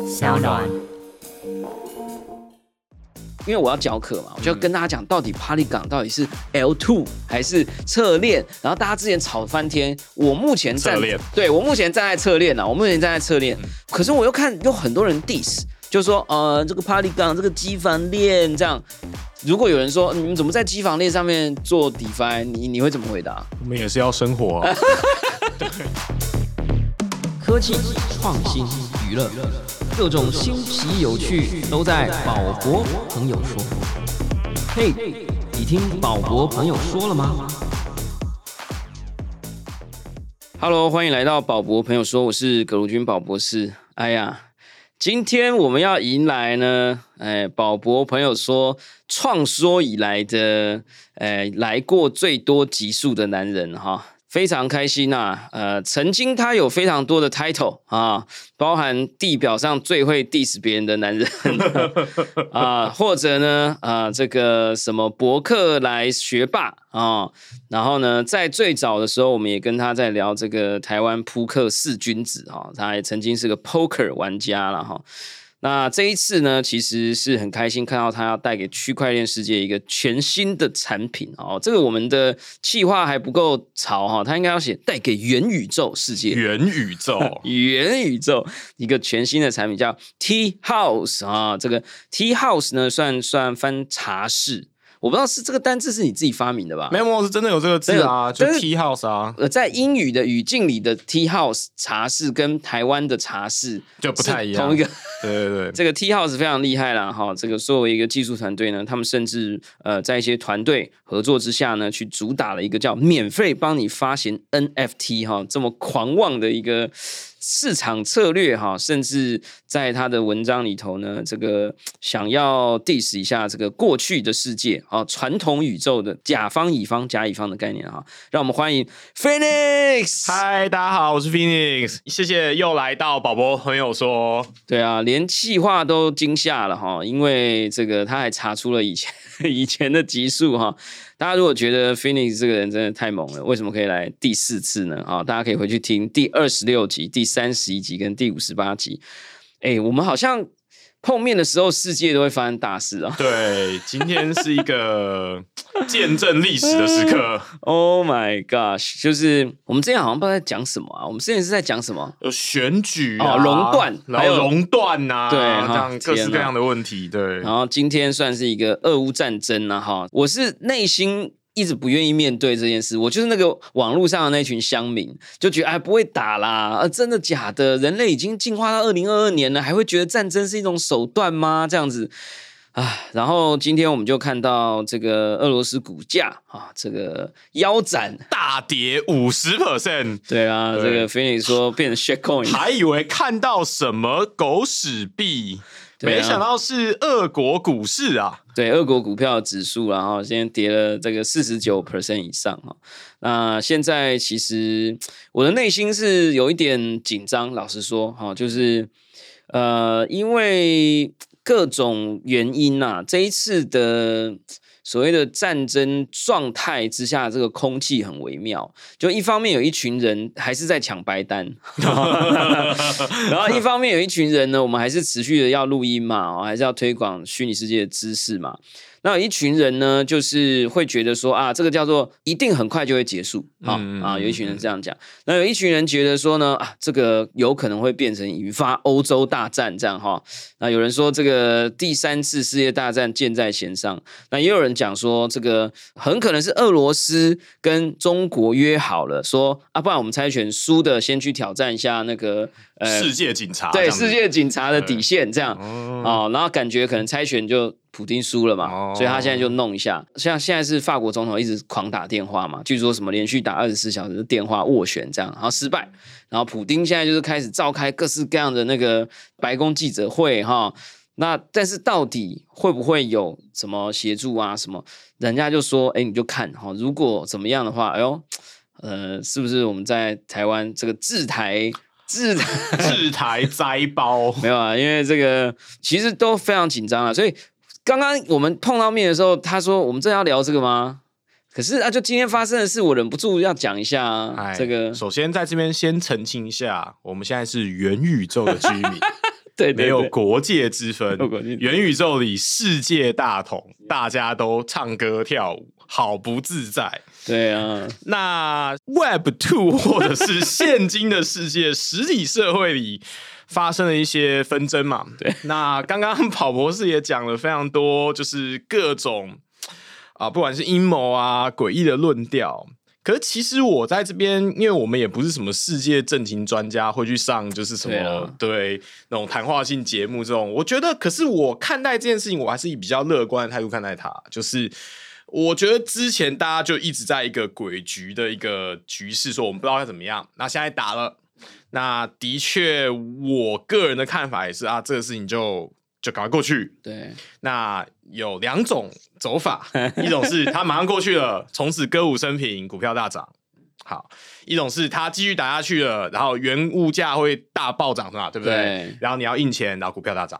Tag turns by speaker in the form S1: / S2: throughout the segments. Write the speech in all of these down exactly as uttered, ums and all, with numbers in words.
S1: 小暖。
S2: 因为我要教课嘛，我就要跟大家讲到底 Polygon 到底是 L 二 还是侧链，然后大家之前吵翻天，我目前站
S3: 侧链，
S2: 对我目前站在侧链啊，我目前站在侧链，嗯、可是我又看有很多人 diss， 就说呃这个 Polygon 这个机房链这样，如果有人说你们怎么在机房链上面做 DeFi， 你你会怎么回答？
S3: 我们也是要生活、啊。
S4: 科技、创新、娱乐。各种新奇有趣都在宝博朋友说。嘿，你听宝博朋友说了吗
S2: ？Hello， 欢迎来到宝博朋友说，我是葛如君宝博士。哎呀，今天我们要迎来呢，哎，宝博朋友说创说以来的，哎，来过最多集数的男人哈。非常开心啊！呃，曾经他有非常多的 title 啊，包含地表上最会 diss 别人的男人啊，或者呢，啊，这个什么伯克莱学霸啊，然后呢，在最早的时候，我们也跟他在聊这个台湾扑克四君子哈，他也曾经是个 poker 玩家了哈。那这一次呢，其实是很开心看到他要带给区块链世界一个全新的产品哦。这个我们的企划还不够潮哈，他应该要写带给元宇宙世界，
S3: 元宇宙，
S2: 元宇宙一个全新的产品叫 Tea House 啊。这个 Tea House 呢，算算翻茶室。我不知道是这个单字是你自己发明的吧？
S3: 没有，是真的有这个字啊，就 tea house 啊。
S2: 呃，在英语的语境里的 tea house 茶室跟台湾的茶室
S3: 就不太一样，
S2: 同一个。
S3: 对对对，
S2: 这个 tea house 非常厉害啦，哈，这个作为一个技术团队呢，他们甚至呃在一些团队合作之下呢，去主打了一个叫免费帮你发行 N F T 哈，这么狂妄的一个市场策略哈，甚至在他的文章里头呢，这个想要 diss 一下这个过去的世界啊，传统宇宙的甲方乙方甲乙方的概念哈，让我们欢迎 Phoenix。
S3: 嗨，大家好，我是 Phoenix， 谢谢又来到宝博朋友说。
S2: 对啊，连企划都惊吓了哈，因为这个他还查出了以前以前的集数哈。大家如果觉得 Phoenix 这个人真的太猛了，为什么可以来第四次呢？啊，大家可以回去听第二十六集、第三十一集跟第五十八集。哎，我们好像碰面的时候，世界都会发生大事啊！
S3: 对，今天是一个见证历史的时刻。
S2: Oh my gosh！ 就是我们之前好像不知道在讲什么啊？我们之前是在讲什么？
S3: 有选举啊，
S2: 哦、熔断，
S3: 还有熔断啊，
S2: 对，
S3: 这样各式各样的问题。对，
S2: 然后今天算是一个俄乌战争啊，哈，我是内心一直不愿意面对这件事，我就是那个网络上的那群乡民，就觉得哎不会打啦，啊真的假的？人类已经进化到二零二二年了，还会觉得战争是一种手段吗？这样子啊，然后今天我们就看到这个俄罗斯股价啊，这个腰斩
S3: 大跌五十 percent，
S2: 对啊，这个 Phoenix 说变成 shitcoin，
S3: 还以为看到什么狗屎币。
S2: 啊、
S3: 没想到是俄国股市啊！
S2: 对，俄国股票指数然后现在跌了这个 百分之四十九 以上哈。那现在其实我的内心是有一点紧张，老实说哈，就是呃，因为各种原因呐、啊，这一次的所谓的战争状态之下，这个空气很微妙。就一方面有一群人还是在抢白单，然后一方面有一群人呢，我们还是持续的要录音嘛，还是要推广虚拟世界的知识嘛。那有一群人呢，就是会觉得说啊，这个叫做一定很快就会结束啊、嗯、啊，有一群人这样讲。那有一群人觉得说呢，啊，这个有可能会变成引发欧洲大战这样哈。那有人说这个第三次世界大战箭在弦上，那也有人讲说这个很可能是俄罗斯跟中国约好了说啊，不然我们猜拳输的先去挑战一下那个
S3: 呃世界警察，
S2: 对世界警察的底线这样啊、哦，然后感觉可能猜拳就。普丁输了嘛、哦，所以他现在就弄一下。像现在是法国总统一直狂打电话嘛，据说什么连续打二十四小时的电话斡旋这样，然后失败。然后普丁现在就是开始召开各式各样的那个白宫记者会哈。那但是到底会不会有什么协助啊？什么人家就说，哎，你就看哈，如果怎么样的话，哎呦，呃，是不是我们在台湾这个制台？制台
S3: 制台摘包
S2: 没有啊？因为这个其实都非常紧张啊，所以。刚刚我们碰到面的时候，他说：“我们真的要聊这个吗？”可是啊，就今天发生的事，我忍不住要讲一下啊。这个
S3: 首先在这边先澄清一下，我们现在是元宇宙的居民，
S2: 对对对，
S3: 没有国界之分
S2: 有国界，
S3: 元宇宙里世界大同，大家都唱歌跳舞，好不自在。
S2: 对啊，
S3: 那 Web 二 或者是现今的世界实体社会里发生了一些纷争嘛？
S2: 对，
S3: 那刚刚跑博士也讲了非常多，就是各种啊，不管是阴谋啊、诡异的论调。可是其实我在这边，因为我们也不是什么世界政情专家，会去上就是什么 对,、啊、对那种谈话性节目这种。我觉得，可是我看待这件事情，我还是以比较乐观的态度看待它，就是我觉得之前大家就一直在一个诡谲的一个局势，说我们不知道该怎么样。那现在打了，那的确，我个人的看法也是啊，这个事情就就赶快过去。
S2: 对，
S3: 那有两种走法，一种是他马上过去了，从此歌舞升平，股票大涨。好，一种是他继续打下去了，然后原物价会大暴涨嘛，对不对？
S2: 对，
S3: 然后你要印钱，然后股票大涨。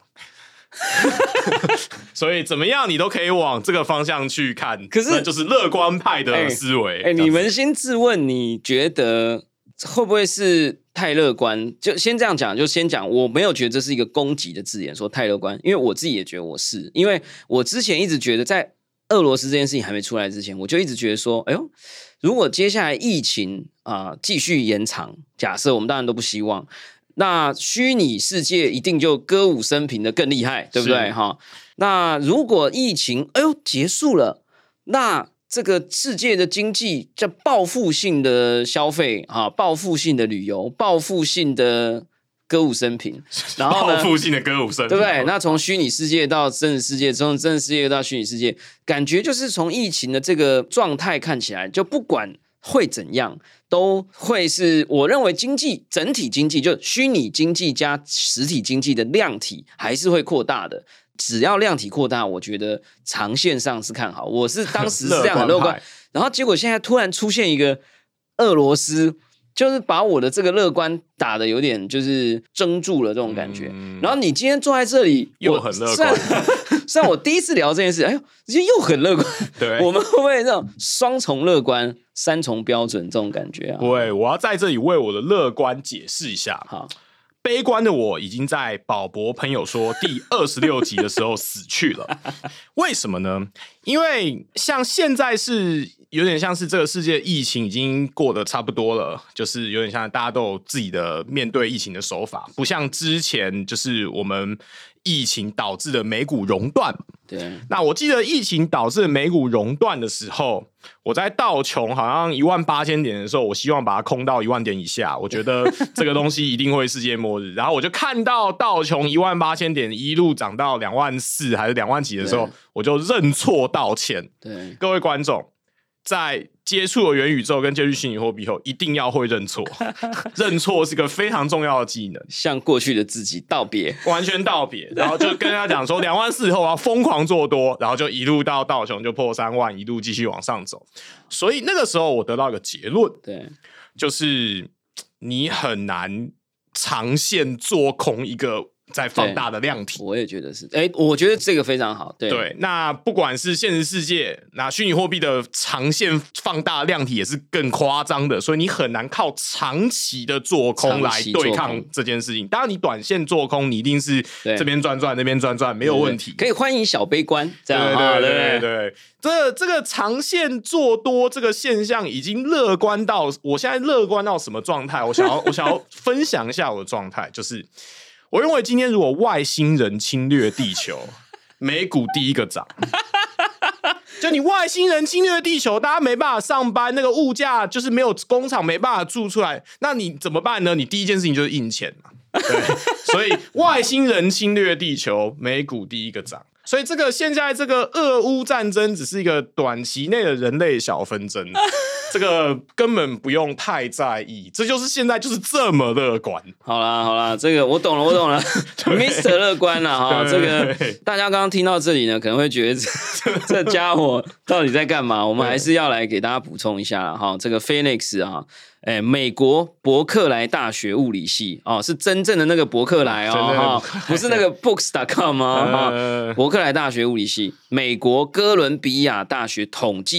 S3: 所以怎么样你都可以往这个方向去看，可是那就是乐观派的思维。
S2: 哎、欸欸，你扪心自问，你觉得会不会是太乐观？就先这样讲，就先讲，我没有觉得这是一个攻击的字眼，说太乐观，因为我自己也觉得我是，因为我之前一直觉得在俄罗斯这件事情还没出来之前，我就一直觉得说，哎呦，如果接下来疫情啊、呃、继续延长，假设我们当然都不希望。那虚拟世界一定就歌舞升平的更厉害，对不对？哈，那如果疫情哎呦结束了，那这个世界的经济叫报复性的消费啊，报复性的旅游，报复性的歌舞升平，然后呢，
S3: 报复性的歌舞升平，
S2: 对不对？那从虚拟世界到真实世界，从真实世界到虚拟世界，感觉就是从疫情的这个状态看起来，就不管会怎样。都会是我认为经济整体经济就虚拟经济加实体经济的量体还是会扩大的，只要量体扩大，我觉得长线上是看好。我是当时是这样很乐观，然后结果现在突然出现一个俄罗斯，就是把我的这个乐观打的有点就是怔住了这种感觉。嗯、然后你今天坐在这里
S3: 又很乐观。
S2: 虽然我第一次聊这件事，哎呦，又很乐观。
S3: 对，
S2: 我们会不会这种双重乐观、三重标准这种感觉啊？
S3: 不会，我要在这里为我的乐观解释一下。
S2: 好，
S3: 悲观的我已经在宝博朋友说第二十六集的时候死去了。为什么呢？因为像现在是有点像是这个世界疫情已经过得差不多了，就是有点像大家都有自己的面对疫情的手法，不像之前就是我们疫情导致的美股熔断。
S2: 对，
S3: 那我记得疫情导致的美股熔断的时候，我在道琼好像一万八千点的时候，我希望把它空到一万点以下，我觉得这个东西一定会世界末日。然后我就看到道琼一万八千点一路涨到两万四还是两万几的时候，我就认错道歉。
S2: 对，
S3: 各位观众，在接触了元宇宙跟接触虚拟货币后，一定要会认错。认错是个非常重要的技能，
S2: 向过去的自己道别，
S3: 完全道别。然后就跟他讲说，两万四以后我要疯狂做多，然后就一路到道琼就破三万，一路继续往上走。所以那个时候我得到一个结论，
S2: 对，
S3: 就是你很难长线做空一个在放大的量体。
S2: 我也觉得是，哎、欸，我觉得这个非常好。对
S3: 对，那不管是现实世界，那虚拟货币的长线放大量体也是更夸张的，所以你很难靠长期的做空来对抗这件事情。当然，你短线做空，你一定是这边赚赚那边赚赚，没有问题。
S2: 可以欢迎小悲观，这样
S3: 对对对对对。这这个长线做多这个现象已经乐观到，我现在乐观到什么状态？我想要我想要分享一下我的状态，就是。我认为今天如果外星人侵略地球，美股第一个涨。就你外星人侵略地球，大家没办法上班，那个物价就是没有工厂没办法做出来，那你怎么办呢？你第一件事情就是印钱嘛。对，所以外星人侵略地球，美股第一个涨。所以这个现在这个俄乌战争只是一个短期内的人类小纷争，这个根本不用太在意，这就是现在就是这么乐观。
S2: 好啦好啦，这个我懂了我懂了，Mister 乐观啦哈。这个大家刚刚听到这里呢，可能会觉得这, 这家伙到底在干嘛？我们还是要来给大家补充一下啦哈。这个 Phoenix 啊。哎，美国伯克莱大学物理系哦，是真正的那个伯克莱哦，不是那个 books dot com 哦，伯克莱大学物理系，美国哥伦比亚大学统计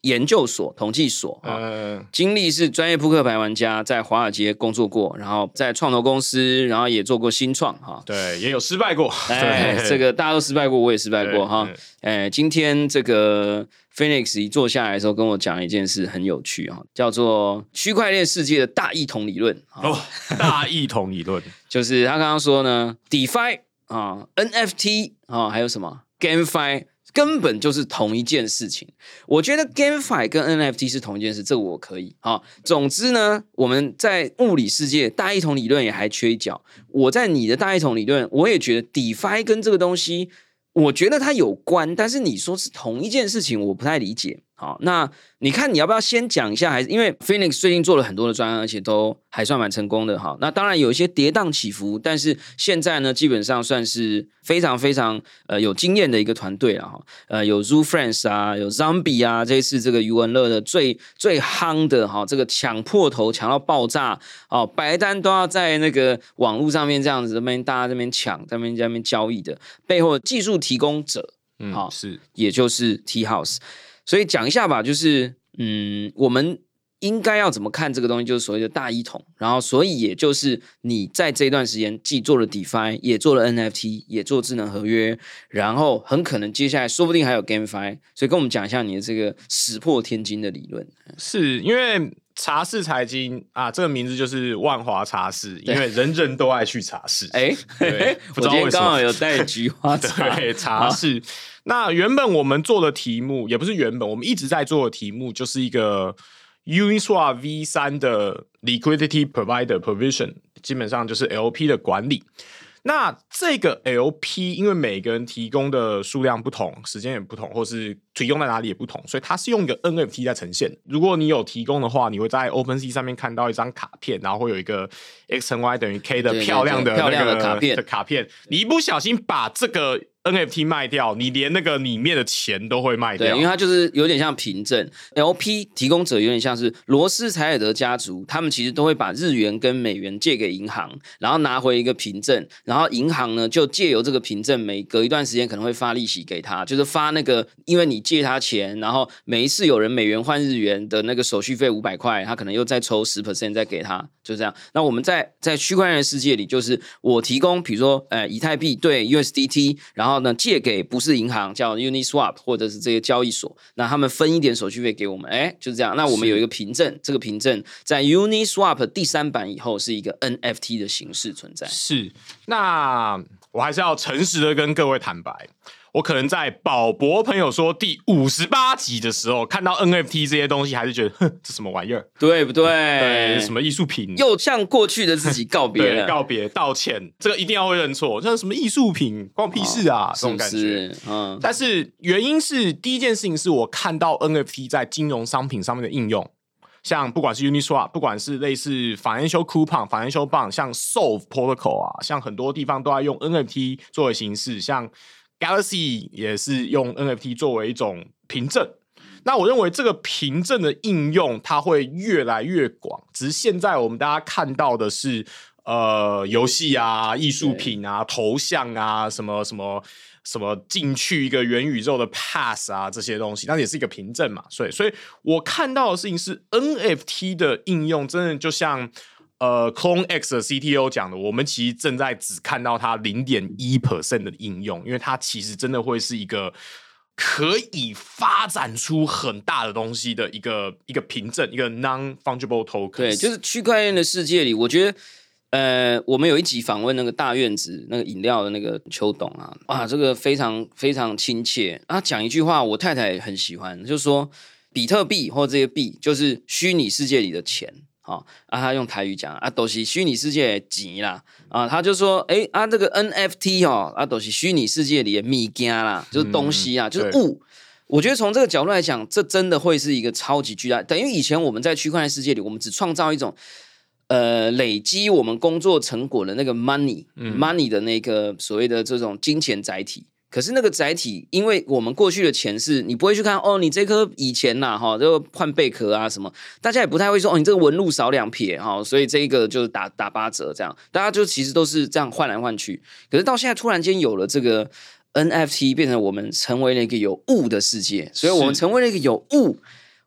S2: 研究所、统计所，呃，经历是专业扑克牌玩家，在华尔街工作过，然后在创投公司，然后也做过新创哈，
S3: 对，也有失败过，
S2: 哎，这个大家都失败过，我也失败过哈，哎，今天这个 Phoenix 一坐下来的时候，跟我讲一件事很有趣哈，叫做区块链世界的大一统理论。
S3: 哦，大一统理论
S2: 就是他刚刚说呢 ，DeFi 啊 ，N F T 啊，还有什么 GameFi。根本就是同一件事情，我觉得 GameFi 跟 N F T 是同一件事，这个我可以。好，总之呢，我们在物理世界大一统理论也还缺一角。我在你的大一统理论，我也觉得 DeFi 跟这个东西，我觉得它有关，但是你说是同一件事情，我不太理解。好，那你看你要不要先讲一下？还是因为 Phoenix 最近做了很多的专案，而且都还算蛮成功的。好，那当然有一些跌宕起伏，但是现在呢，基本上算是非常非常呃有经验的一个团队了哈。呃，有 Zoo Friends 啊，有 Zombie 啊，这一次这个余文乐的最最夯的哈，这个抢破头抢到爆炸哦，白单都要在那个网络上面这样子，这边大家这边抢，在那边在那边交易的背后的技术提供者，
S3: 嗯，
S2: 好
S3: 是，
S2: 也就是 T House。所以讲一下吧，就是嗯，我们应该要怎么看这个东西，就是所谓的大一统。然后，所以也就是你在这段时间既做了 DeFi， 也做了 N F T， 也做智能合约，然后很可能接下来说不定还有 GameFi。所以跟我们讲一下你的这个石破天惊的理论。
S3: 是因为茶室财经啊，这个名字就是万华茶室，因为人人都爱去茶室。哎，
S2: 我今天刚好有带菊花茶，
S3: 对，茶室。那原本我们做的题目也不是原本，我们一直在做的题目就是一个 Uniswap V 三 的 Liquidity Provider Provision， 基本上就是 L P 的管理。那这个 L P 因为每个人提供的数量不同，时间也不同，或是提供在哪里也不同，所以它是用一个 N F T 在呈现。如果你有提供的话，你会在 OpenSea 上面看到一张卡片，然后会有一个 X 乘 Y 等于 K 的漂亮的、那个、
S2: 漂亮的卡片。
S3: 的卡片，你一不小心把这个N F T 卖掉，你连那个里面的钱都会卖掉。
S2: 对，因为它就是有点像凭证 ，L P 提供者有点像是罗斯柴尔德家族，他们其实都会把日元跟美元借给银行，然后拿回一个凭证，然后银行呢就借由这个凭证，每隔一段时间可能会发利息给他，就是发那个，因为你借他钱，然后每一次有人美元换日元的那个手续费五百块，他可能又再抽 百分之十 再给他，就这样。那我们在在区块链的世界里，就是我提供，比如说呃以太币对 U S D T， 然后呢借给不是银行叫 Uniswap 或者是这些交易所，那他们分一点手续费给我们，哎，就是这样。那我们有一个凭证，这个凭证在 Uniswap 第三版以后是一个 N F T 的形式存在。
S3: 是，那我还是要诚实的跟各位坦白。我可能在宝博朋友说第五十八集的时候看到 N F T 这些东西，还是觉得哼，这什么玩意儿，
S2: 对不对？
S3: 对，什么艺术品，
S2: 又向过去的自己告别了，
S3: 对，告别道歉，这个一定要会认错。像什么艺术品，关我屁事啊，哦、这种感觉。
S2: 是是嗯，
S3: 但是原因是第一件事情是我看到 N F T 在金融商品上面的应用。像不管是 Uniswap， 不管是类似 Financial Coupon、Financial Bond， 像 Solve Protocol 啊，像很多地方都在用 N F T 作为形式，像 Galaxy 也是用 N F T 作为一种凭证。那我认为这个凭证的应用它会越来越广，只是现在我们大家看到的是呃游戏啊、艺术品啊、头像啊、什么什么。什么进去一个元宇宙的 pass 啊，这些东西，那也是一个凭证嘛。所以，所以我看到的事情是 N F T 的应用，真的就像呃 Clone X 的 C T O 讲的，我们其实正在只看到它 百分之零点一 的应用，因为它其实真的会是一个可以发展出很大的东西的一个一个凭证，一个 non-fungible token。
S2: 对，就是区块链的世界里，我觉得。呃，我们有一集访问那个大院子那个饮料的那个邱董啊，啊，这个非常非常亲切啊，讲一句话，我太太很喜欢，就是说比特币或这些币就是虚拟世界里的钱，好、哦、啊，他用台语讲啊，都是虚拟世界的钱啦，啊，他就说，哎啊，这个 N F T 哦，啊，都是虚拟世界里的物件啦，就是东西啊，嗯、就是物。我觉得从这个角度来讲，这真的会是一个超级巨大，等于以前我们在区块链世界里，我们只创造一种。呃，累积我们工作成果的那个 money，money、嗯、money 的那个所谓的这种金钱载体，可是那个载体，因为我们过去的钱是你不会去看哦，你这颗以前呐哈，这个换贝壳啊什么，大家也不太会说哦，你这个纹路少两撇哈，所以这一个就打打八折这样，大家就其实都是这样换来换去。可是到现在突然间有了这个 N F T， 变成我们成为了一个有物的世界，所以我们成为了一个有物。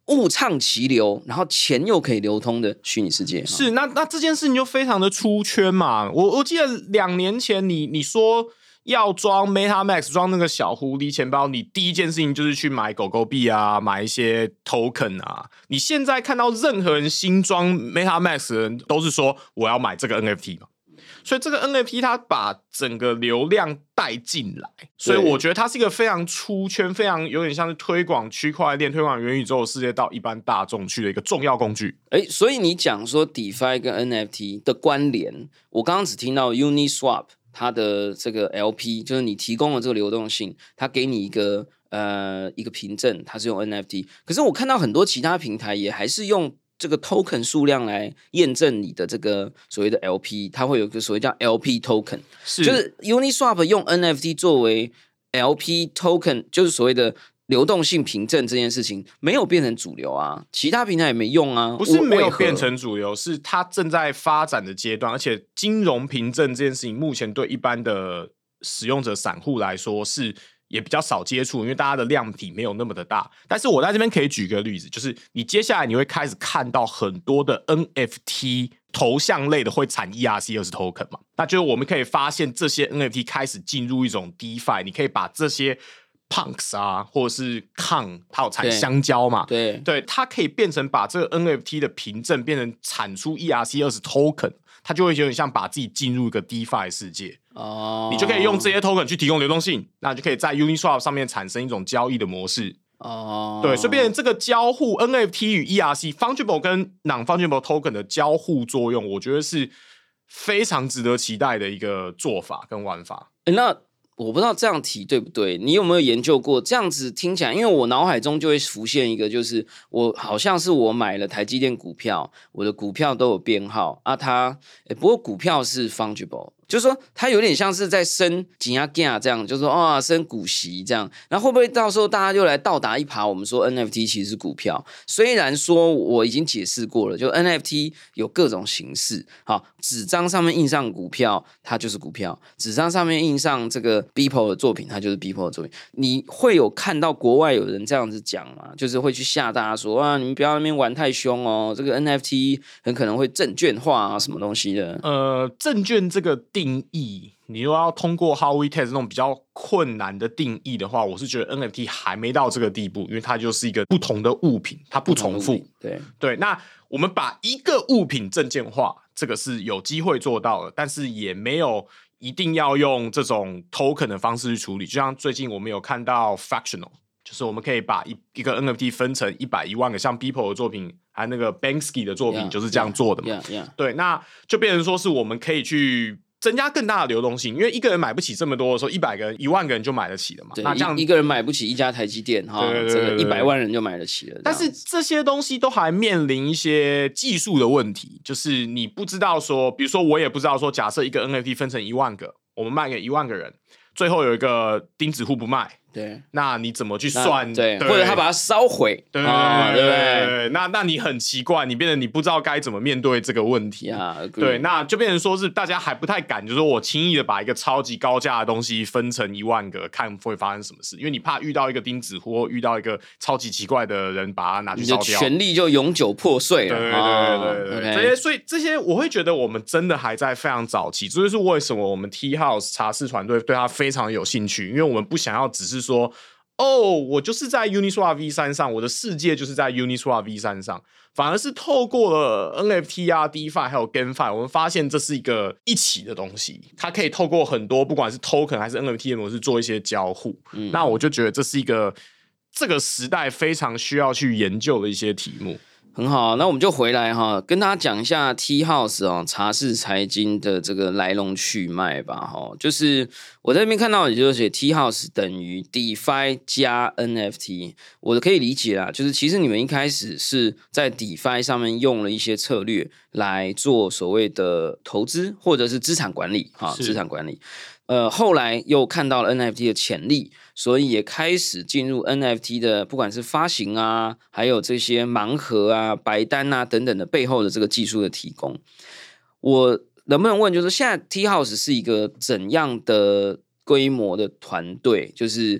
S2: 物畅其流，然后钱又可以流通的虚拟世界。
S3: 是，那那这件事情就非常的出圈嘛。我我记得两年前你你说要装 MetaMask 装那个小狐狸钱包，你第一件事情就是去买狗狗币啊，买一些 token 啊。你现在看到任何人新装 MetaMask 的人都是说我要买这个 N F T 嘛。所以这个 N F T 它把整个流量带进来，所以我觉得它是一个非常出圈、非常有点像是推广区块链、推广元宇宙的世界到一般大众去的一个重要工具。
S2: 哎，所以你讲说 DeFi 跟 N F T 的关联，我刚刚只听到 Uniswap 它的这个 L P， 就是你提供的这个流动性，它给你一个呃一个凭证，它是用 N F T。可是我看到很多其他平台也还是用这个 token 数量来验证你的这个所谓的 L P， 它会有一个所谓叫 L P token，
S3: 是
S2: 就是 Uniswap 用 N F T 作为 L P token， 就是所谓的流动性凭证这件事情没有变成主流啊，其他平台也没用啊，
S3: 不是没有变成主流，是它正在发展的阶段，而且金融凭证这件事情目前对一般的使用者散户来说是也比较少接触，因为大家的量体没有那么的大。但是我在这边可以举个例子，就是你接下来你会开始看到很多的 N F T 头像类的会产 E R C 二十 token 嘛，那就是我们可以发现这些 N F T 开始进入一种 DeFi， 你可以把这些 Punks 啊，或者是 Con， 它有产香蕉嘛，
S2: 对
S3: 对，它可以变成把这个 N F T 的凭证变成产出 E R C 二十 token， 它就会有点像把自己进入一个 DeFi 世界。哦，你就可以用这些 token 去提供流动性，那就可以在 Uniswap 上面产生一种交易的模式。哦，对，所以变成这个交互 N F T 与 E R C、Fungible 跟 Non-Fungible token 的交互作用，我觉得是非常值得期待的一个做法跟玩法。
S2: 欸，那我不知道这样提对不对？你有没有研究过？这样子听起来，因为我脑海中就会浮现一个，就是我好像是我买了台积电股票，我的股票都有编号啊它，欸，不过股票是 fungible， 就是说它有点像是在升紧压价这样，就是说啊升股息这样，然后会不会到时候大家就来倒打一耙？我们说 N F T 其实是股票，虽然说我已经解释过了，就 N F T 有各种形式，好，纸张上面印上股票，它就是股票；纸张上面印上这个 Beeple 的作品，它就是 Beeple 的作品。你会有看到国外有人这样子讲吗？就是会去吓大家说啊，你们不要那边玩太凶哦，这个 N F T 很可能会证券化啊，什么东西的。
S3: 呃，证券这个定义，你如果要通过 Howey Test 那种比较困难的定义的话，我是觉得 N F T 还没到这个地步，因为它就是一个不同的物品，它不重复。
S2: 对
S3: 对，那我们把一个物品证券化，这个是有机会做到的，但是也没有一定要用这种 token 的方式去处理。就像最近我们有看到 fractional， 就是我们可以把 一, 一个 N F T 分成一百一万个，像 Beeple 的作品，还有那个 Banksy 的作品
S2: yeah,
S3: 就是这样做的嘛。
S2: Yeah, yeah, yeah.
S3: 对，那就变成说是我们可以去增加更大的流动性，因为一个人买不起这么多的时候，一百个人、一万个人就买得起了嘛。
S2: 对，
S3: 那这样
S2: 一, 一个人买不起一家台积电哈，这个一百万人就买得起了。
S3: 但是这些东西都还面临一些技术的问题，就是你不知道说，比如说我也不知道说，假设一个 N F T 分成一万个，我们卖给一万个人，最后有一个钉子户不卖。
S2: 对，
S3: 那你怎么去算？
S2: 对，对或者他把它烧毁，
S3: 对、
S2: 哦、对不对？
S3: 对，那那你很奇怪，你变成你不知道该怎么面对这个问题。
S2: Yeah,
S3: 对，那就变成说是大家还不太敢，就是说我轻易的把一个超级高价的东西分成一万个，看会发生什么事，因为你怕遇到一个钉子户，或遇到一个超级奇怪的人把它拿去烧掉，
S2: 你的权力就永久破碎了。
S3: 对对对对对，
S2: okay.
S3: 这些所以这些我会觉得我们真的还在非常早期，这就是为什么我们 T House 茶室团队对它非常有兴趣，因为我们不想要只是说。哦，我就是在 Uniswap V 三 上，我的世界就是在 Uniswap V 三 上，反而是透过了 N F T 啊、DeFi 还有 GameFi， 我们发现这是一个一起的东西，它可以透过很多不管是 Token 还是 N F T 的模式做一些交互。嗯，那我就觉得这是一个这个时代非常需要去研究的一些题目。
S2: 很好，那我们就回来哈，跟大家讲一下 T House 哦，茶室财经的这个来龙去脉吧哈。就是我在这边看到，也就是写 T House 等于 DeFi 加 N F T， 我可以理解啦。就是其实你们一开始是在 DeFi 上面用了一些策略来做所谓的投资或者是资产管理哈，资产管理。呃，后来又看到了 N F T 的潜力，所以也开始进入 N F T 的，不管是发行啊，还有这些盲盒啊、白单啊等等的背后的这个技术的提供。我能不能问，就是现在 T House 是一个怎样的规模的团队？就是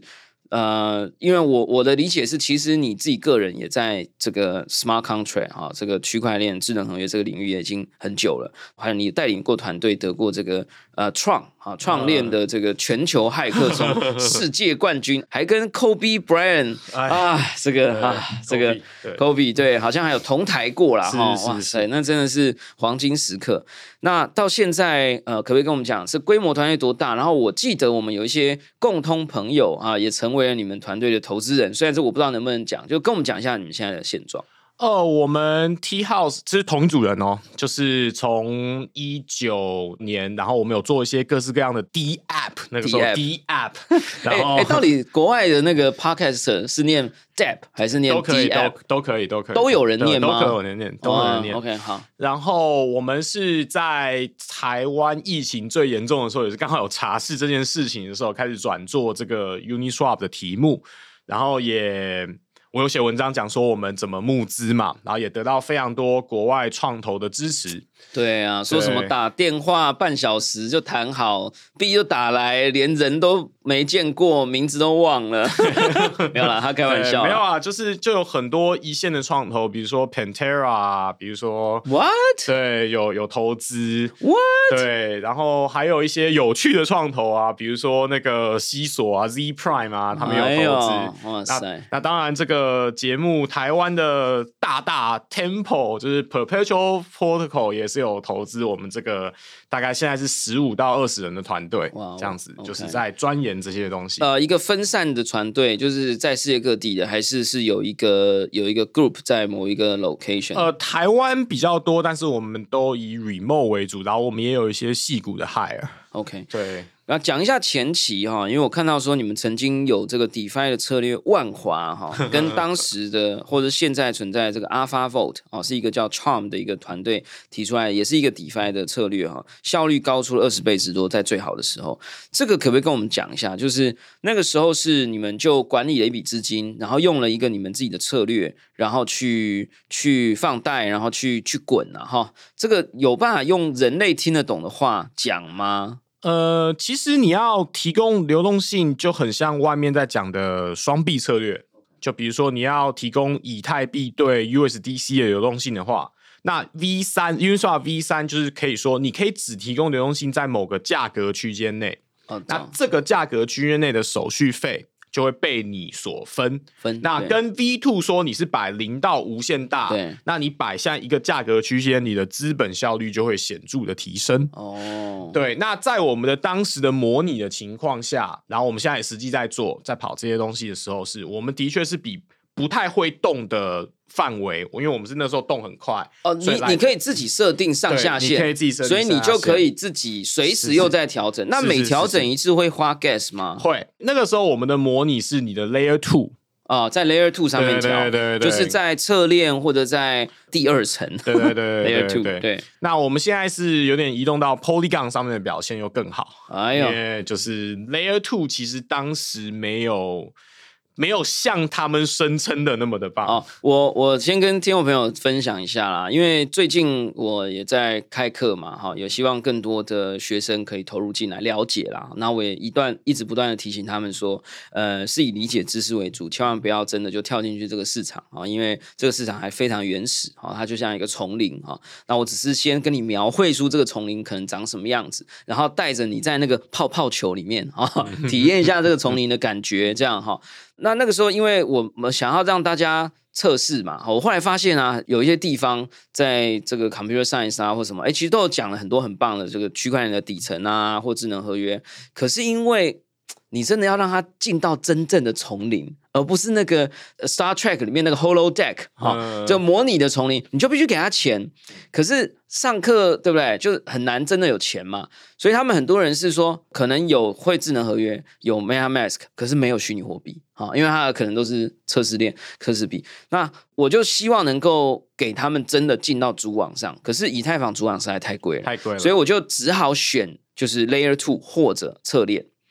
S2: 呃，因为我我的理解是，其实你自己个人也在这个 smart contract 哈、哦，这个区块链智能合约这个领域也已经很久了，还有你带领过团队得过这个呃创啊创链的这个全球骇客中世界冠军，还跟 Kobe Bryant 啊这个啊这个 Kobe 对，好像还有同台过啦哈、哦，哇塞，那真的是黄金时刻。那到现在呃，可不可以跟我们讲是规模团队多大？然后我记得我们有一些共通朋友啊，也成为了你们团队的投资人。虽然这我不知道能不能讲，就跟我们讲一下你们现在的现状。
S3: 呃，我们 T House 这是同一组人哦，就是从一九年，然后我们有做一些各式各样的 D App， 那个时候 D App， 然后、
S2: 欸欸、到底国外的那个 Podcast 是念 D App 还是念 D App？
S3: 都可以，都都可以，都可以，
S2: 都有人念吗？
S3: 都可以有人念，都有人念。
S2: 哦、OK， 好。
S3: 然后我们是在台湾疫情最严重的时候，也是刚好有茶室这件事情的时候，开始转做这个 Uniswap 的题目，然后也。我有写文章讲说我们怎么募资嘛，然后也得到非常多国外创投的支持。
S2: 对啊，说什么打电话半小时就谈好 ，B 就打来，连人都没见过，名字都忘了。没有啦，他开玩笑。
S3: 没有啊，就是就有很多一线的创投，比如说 Pantera， 比如说
S2: What？ 对，
S3: 有有投资
S2: What？
S3: 对，然后还有一些有趣的创投啊，比如说那个西索啊 Z Prime 啊，他们有投资。
S2: 哎、哇塞！
S3: 那那当然这个节目台湾的大大 Temple 就是 Perpetual Protocol 也是有投资我们这个大概现在是十五到二十人的团队，这样子、okay. 就是在钻研这些东西。
S2: 呃，一个分散的团队，就是在世界各地的，还是是有一个有一个 group 在某一个 location？
S3: 呃，台湾比较多，但是我们都以 remote 为主，然后我们也有一些矽谷的 hire。OK，
S2: 对。然后讲一下前期哈，因为我看到说你们曾经有这个 DeFi 的策略万华哈，跟当时的或者现在存在的这个 AlphaVolt 哦，是一个叫 Charm 的一个团队提出来，也是一个 DeFi 的策略哈，效率高出了二十倍之多，在最好的时候，这个可不可以跟我们讲一下？就是那个时候是你们就管理了一笔资金，然后用了一个你们自己的策略，然后去去放贷，然后去去滚啊哈，这个有办法用人类听得懂的话讲吗？
S3: 呃，其实你要提供流动性，就很像外面在讲的双币策略。就比如说，你要提供以太币对 U S D C 的流动性的话，那 V 三 Uniswap V 三就是可以说，你可以只提供流动性在某个价格区间内。哦，那这个价格区间内的手续费就会被你所分。
S2: 分
S3: 那跟 V 二 说你是摆零到无限大，
S2: 对，
S3: 那你摆下一个价格区间，你的资本效率就会显著的提升。
S2: 哦，
S3: 对。那在我们的当时的模拟的情况下，然后我们现在也实际在做，在跑这些东西的时候是，我们的确是比不太会动的范围，因为我们是那时候动很快
S2: 哦，你你可以自己设定上下限，
S3: 你可以自己设定上下限，
S2: 所以你就可以自己随时又在调整。那每调整一次会花 gas 吗？
S3: 会。那个时候我们的模拟是你的 Layer 二。
S2: 啊、哦，在 Layer 二上面调，
S3: 对对对对，
S2: 就是在侧链或者在第二层，
S3: 对对对
S2: ，Layer
S3: 二，
S2: 对对。
S3: 那我们现在是有点移动到 Polygon 上面的表现又更好，
S2: 哎呦，
S3: 因为就是 Layer 二其实当时没有。没有像他们声称的那么的棒
S2: 哦。我我先跟听众朋友分享一下啦，因为最近我也在开课嘛，哈，也希望更多的学生可以投入进来了解啦。那我也一段一直不断的提醒他们说，呃，是以理解知识为主，千万不要真的就跳进去这个市场啊，因为这个市场还非常原始啊，它就像一个丛林啊。那我只是先跟你描绘出这个丛林可能长什么样子，然后带着你在那个泡泡球里面啊，体验一下这个丛林的感觉，这样哈。那那个时候，因为我们想要让大家测试嘛，我后来发现啊，有一些地方在这个 computer science 啊或什么，哎，其实都有讲了很多很棒的这个区块链的底层啊或智能合约，可是因为你真的要让它进到真正的丛林，而不是那个 Star Trek 里面那个 Holodeck 哈、哦，就模拟的丛林，你就必须给他钱。可是上课对不对？就很难真的有钱嘛。所以他们很多人是说，可能有会智能合约，有 MetaMask， 可是没有虚拟货币啊，因为它可能都是测试链、测试币。那我就希望能够给他们真的进到主网上，可是以太坊主网实在太贵了，
S3: 太贵了，
S2: 所以我就只好选就是 Layer 二或者侧链。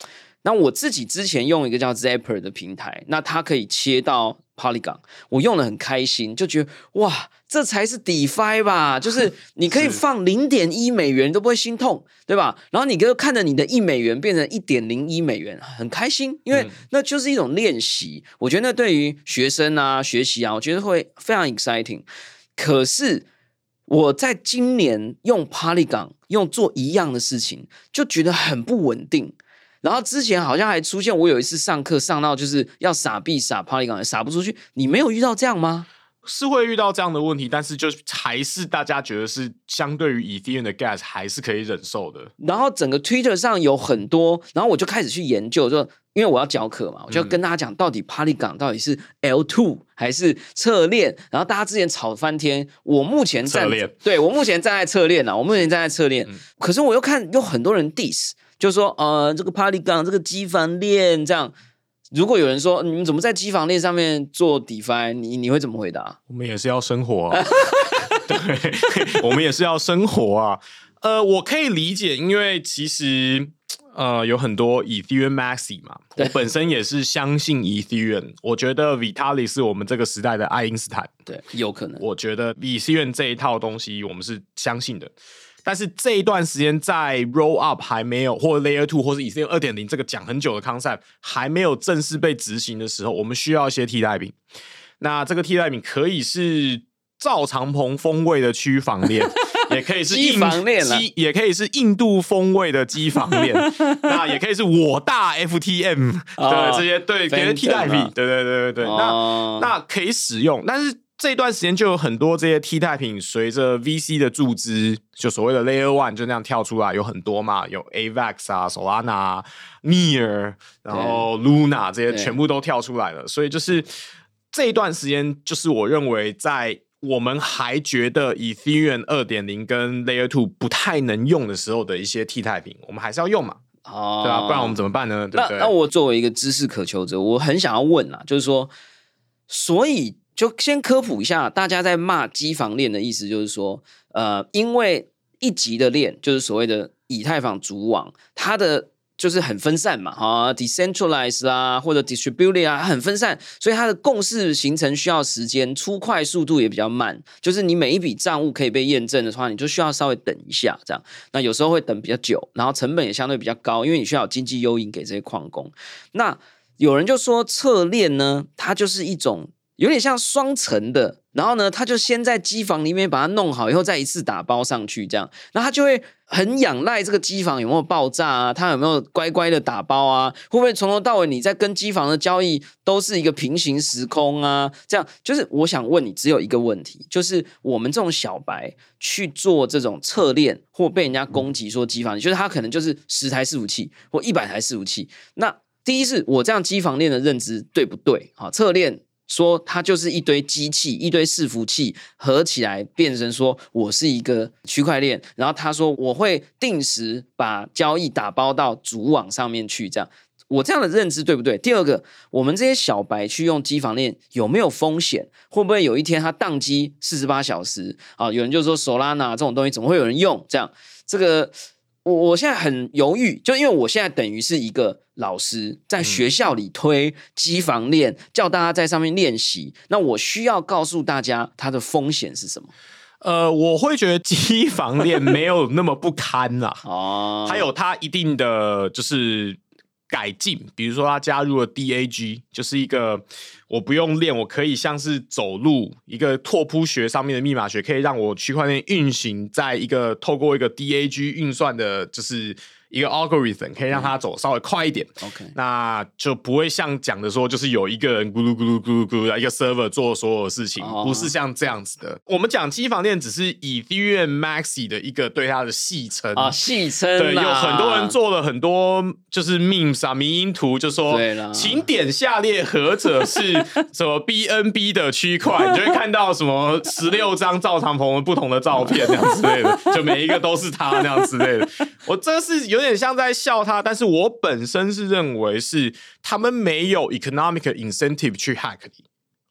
S2: 那我自己之前用一个叫 Zapper 的平台，那它可以切到 Polygon， 我用得很开心，就觉得哇，这才是 DeFi 吧，就是你可以放 零点一 美元都不会心痛，对吧？然后你就看着你的一美元变成 一点零一 美元，很开心，因为那就是一种练习。我觉得那对于学生啊学习啊，我觉得会非常 exciting。可是我在今年用 Polygon 用做一样的事情，就觉得很不稳定。然后之前好像还出现，我有一次上课上到就是要撒币撒 Polygon 撒不出去，你没有遇到这样吗？
S3: 是会遇到这样的问题，但是就还是大家觉得是相对于 Ethereum 的 gas 还是可以忍受的。
S2: 然后整个 Twitter 上有很多，然后我就开始去研究，就因为我要教课嘛，我就跟大家讲到底 Polygon 到底是 L 二 还是侧链，然后大家之前吵翻天，我目前站
S3: 侧链，
S2: 对我目前站在侧链啊，我目前站在侧链、嗯，可是我又看有很多人 diss， 就说呃这个 Polygon 这个机房链这样。如果有人说你们怎么在机房链上面做 DeFi， 你你会怎么回答？
S3: 我们也是要生活啊，对，我们也是要生活啊。呃，我可以理解，因为其实呃有很多 Ethereum Maxi 嘛，我本身也是相信 Ethereum， 我觉得 Vitalik 是我们这个时代的爱因斯坦，
S2: 对，有可能。
S3: 我觉得 Ethereum 这一套东西我们是相信的。但是这一段时间在 roll up 还没有，或 layer two 或是 Ethereum 二点零 这个讲很久的 concept 还没有正式被执行的时候，我们需要一些替代品。那这个替代品可以是赵长鹏风味的区房链，也可以是
S2: 机房链啦，
S3: 也可以是印度风味的机房链，那也可以是我大 F T M 的、哦、这些对别的替代品，对对对对对，哦、那那可以使用，但是。这段时间就有很多这些替代品随着 V C 的注资，就所谓的 Layer One 就那样跳出来，有很多嘛，有 A V A X 啊、Solana 啊、Near， 然后 Luna 这些全部都跳出来了。所以就是这一段时间，就是我认为在我们还觉得 Ethereum 二点零 跟 Layer Two 不太能用的时候的一些替代品，我们还是要用嘛。哦，对啊，不然我们怎么办呢？对不对？
S2: 那那我作为一个知识渴求者，我很想要问啦，就是说，所以。就先科普一下，大家在骂机房链的意思就是说，呃，因为一级的链就是所谓的以太坊主网，它的就是很分散嘛，啊 ，decentralized 啊，或者 distributed 啊，很分散，所以它的共识形成需要时间，出块速度也比较慢。就是你每一笔账务可以被验证的话，你就需要稍微等一下，这样。那有时候会等比较久，然后成本也相对比较高，因为你需要有经济诱因给这些矿工。那有人就说侧链呢，它就是一种。有点像双层的，然后呢，他就先在机房里面把它弄好，以后再一次打包上去，这样，然后他就会很仰赖这个机房有没有爆炸啊，他有没有乖乖的打包啊，会不会从头到尾你在跟机房的交易都是一个平行时空啊？这样，就是我想问你，只有一个问题，就是我们这种小白去做这种侧链，或被人家攻击说机房，就是他可能就是十台伺服器或一百台伺服器，那第一是我这样机房链的认知对不对？好，侧链。说它就是一堆机器一堆伺服器合起来变成说我是一个区块链，然后他说我会定时把交易打包到主网上面去，这样我这样的认知对不对？第二个，我们这些小白去用机房链有没有风险？会不会有一天它宕机四十八小时啊？有人就说 Solana 这种东西怎么会有人用？这样这个我我现在很犹豫，就因为我现在等于是一个老师在学校里推机房链、嗯、叫大家在上面练习，那我需要告诉大家它的风险是什么？
S3: 呃，我会觉得机房链没有那么不堪啦，哦，还有它一定的就是改进，比如说它加入了 D A G， 就是一个我不用练，我可以像是走路，一个拓扑学上面的密码学，可以让我区块链运行在一个透过一个 D A G 运算的，就是一个 algorithm 可以让它走稍微快一点，
S2: OK，
S3: 那就不会像讲的说就是有一个人咕噜咕噜咕噜咕噜一个 server 做所有的事情，哦，不是像这样子的。我们讲机房链只是 Ethereum Maxi 的一个对它的戏称
S2: 啊，戏称
S3: 对，有很多人做了很多就是 memes 啊迷因图，就说请点下列何者是什么 B N B 的区块，你就会看到什么十六张赵长鹏不同的照片这样之类的，就每一个都是他那样之类的。我这是有点像在笑他，但是我本身是认为是他们没有 economic incentive 去 hack 你。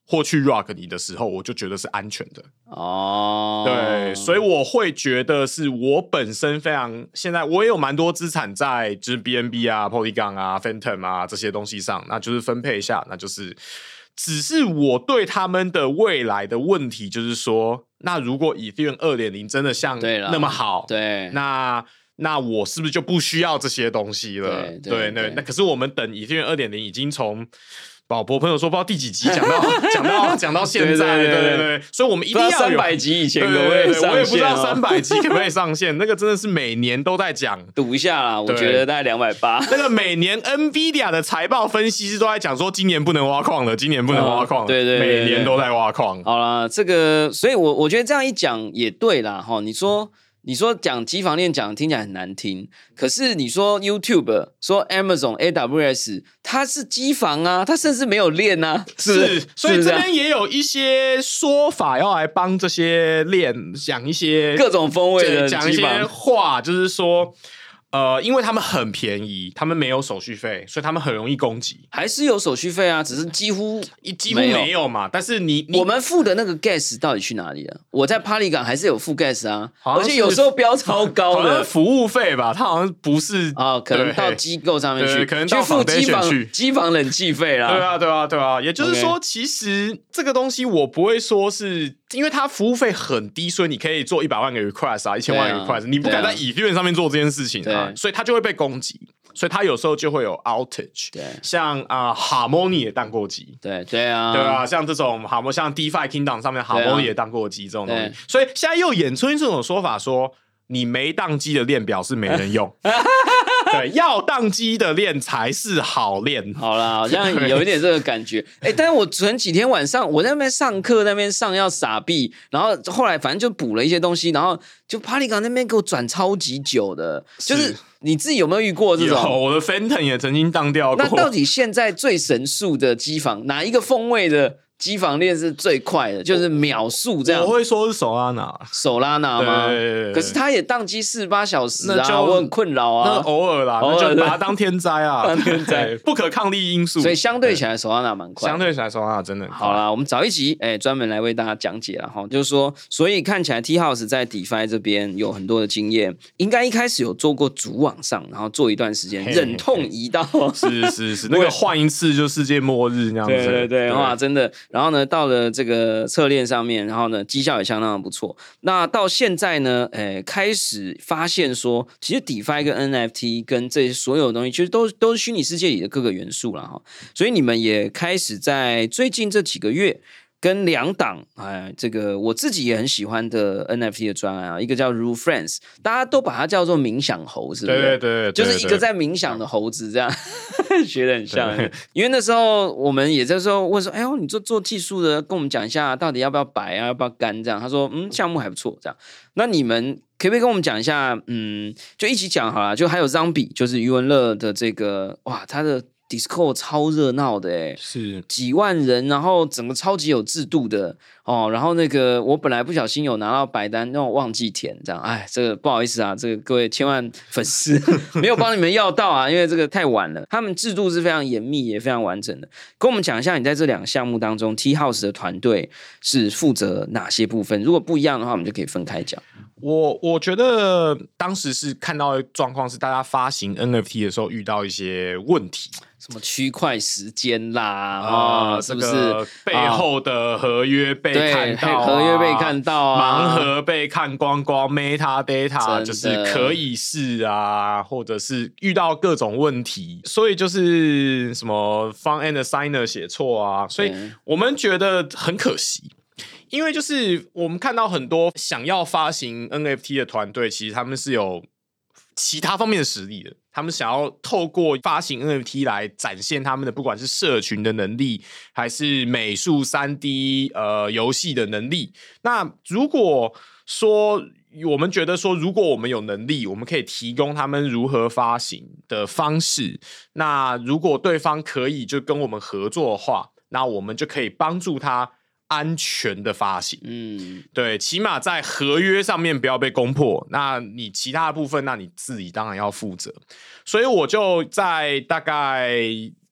S3: 或去 rock 你的时候，我就觉得是安全的
S2: 哦。
S3: 对，所以我会觉得是我本身非常现在我也有蛮多资产在就是 B N B 啊、Polygon 啊、Phantom 啊这些东西上，那就是分配一下，那就是只是我对他们的未来的问题就是说，那如果 Ethereum 二点零 真的像那么好，
S2: 对，
S3: 那那我是不是就不需要这些东西了？
S2: 对对
S3: 对，那可是我们等 Ethereum 二点零 已经从宝博朋友说不知道第几集讲到讲到讲到现在，对对 对, 对, 对，所以我们一定要有
S2: 三百集以前可不可以上线、哦、
S3: 我也不知道三百集可不可以上线，那个真的是每年都在讲，
S2: 赌一下啦，我觉得大概两百八。
S3: 那个每年 NVIDIA 的财报分析师都在讲说，今年不能挖矿了，今年不能挖矿了，
S2: 哦、对, 对, 对, 对，
S3: 每年都在挖矿。
S2: 好啦，这个，所以我我觉得这样一讲也对啦，哈，你说。你说讲机房链讲听起来很难听，可是你说 YouTube 说 Amazon A W S 它是机房啊，它甚至没有链啊，是不是？
S3: 是所以这边也有一些说法要来帮这些链讲一些
S2: 各种风味的
S3: 讲一些话，就是说。呃，因为他们很便宜，他们没有手续费，所以他们很容易攻击。
S2: 还是有手续费啊，只是几乎
S3: 几乎没有嘛。但是你
S2: 我们付的那个 gas 到底去哪里了？我在 Polygon 还是有付 gas 啊，而且有时候标超高的
S3: 服务费吧，它好像不是
S2: 啊、哦，可能到机构上面去，
S3: 可能到
S2: 去付机房机房冷气费啦。
S3: 对啊，对啊，对啊。也就是说， okay. 其实这个东西我不会说是因为它服务费很低，所以你可以做一百万个 request 啊，一千万个 request，、啊、你不敢在Ethereum上面做这件事情啊，所以它就会被攻击，所以它有时候就会有 outage。
S2: 对，
S3: 像啊、呃、Harmony 也当过机，
S2: 对对啊，
S3: 对啊，像这种 Harmony 像 DeFi Kingdom 上面 Harmony 也当过机这种东西，所以现在又演出这种说法说。你没宕机的链表示没人用，对，要宕机的链才是好链。
S2: 好啦，好像有一点这个感觉。哎、欸，但是我前几天晚上我在那边上课，那边上要撒币，然后后来反正就补了一些东西，然后就 Polygon 那边给我转超级久的，就是你自己有没有遇过这种？
S3: 有，我的 Phantom 也曾经当掉过。
S2: 那到底现在最神速的机房哪一个风味的？机房链是最快的，就是秒速这样。
S3: 我会说是手拉拿，
S2: 手拉拿吗？
S3: 对对对对，
S2: 可是它也宕机四十八小时啊，我很困扰啊。
S3: 那偶尔啦，那就把它当天灾啊，
S2: 当天灾，
S3: 不可抗力因素。
S2: 所以相对起来，手拉拿蛮快。
S3: 相对起来，手拉拿真的很快。
S2: 好啦，我们找一集，哎、欸，专门来为大家讲解了哈。就是说，所以看起来 T House 在 DeFi 这边有很多的经验，应该一开始有做过主网上，然后做一段时间，忍痛移到
S3: 是是是，那个换一次就世界末日那样子。
S2: 对对对，哇，真的。然后呢，到了这个侧链上面，然后呢，绩效也相当的不错。那到现在呢，诶，开始发现说，其实 DeFi 跟 N F T 跟这些所有的东西，其实都都是虚拟世界里的各个元素了哈。所以你们也开始在最近这几个月。跟两档哎，这个我自己也很喜欢的 N F T 的专案啊，一个叫 Rule Friends， 大家都把它叫做冥想猴，是不是？
S3: 对对 对, 对，
S2: 就是一个在冥想的猴子这样，学得很像。因为那时候我们也在说问说，哎呦，你做做技术的，跟我们讲一下到底要不要白啊，要不要干这样？他说，嗯，项目还不错这样。那你们可不可以跟我们讲一下？嗯，就一起讲好了。就还有 Zombie， 就是余文乐的这个，哇，他的。Discord 超热闹的哎，
S3: 是
S2: 几万人，然后整个超级有制度的哦。然后那个我本来不小心有拿到白单，让我忘记填，这样哎，这个不好意思啊，这个各位千万粉丝没有帮你们要到啊，因为这个太晚了。他们制度是非常严密也非常完整的。跟我们讲一下，你在这两个项目当中 ，T House 的团队是负责哪些部分？如果不一样的话，我们就可以分开讲。
S3: 我我觉得当时是看到的状况是，大家发行 N F T 的时候遇到一些问题。
S2: 什么区块时间啦，
S3: 啊、呃，
S2: 是不是、
S3: 这个、背后的合約被看到、啊，
S2: 合約被看到啊，
S3: 盲盒被看光光 ，meta data 就是可以是啊，或者是遇到各种问题，所以就是什么 front end signer 写错啊，所以我们觉得很可惜。因为就是我们看到很多想要发行 N F T 的团队，其实他们是有其他方面的实力的。他们想要透过发行 N F T 来展现他们的不管是社群的能力，还是美术 三 D 呃游戏的能力。那如果说我们觉得说，如果我们有能力，我们可以提供他们如何发行的方式。那如果对方可以就跟我们合作的话，那我们就可以帮助他安全的发行，嗯，对，起码在合约上面不要被攻破。那你其他的部分，那你自己当然要负责。所以我就在大概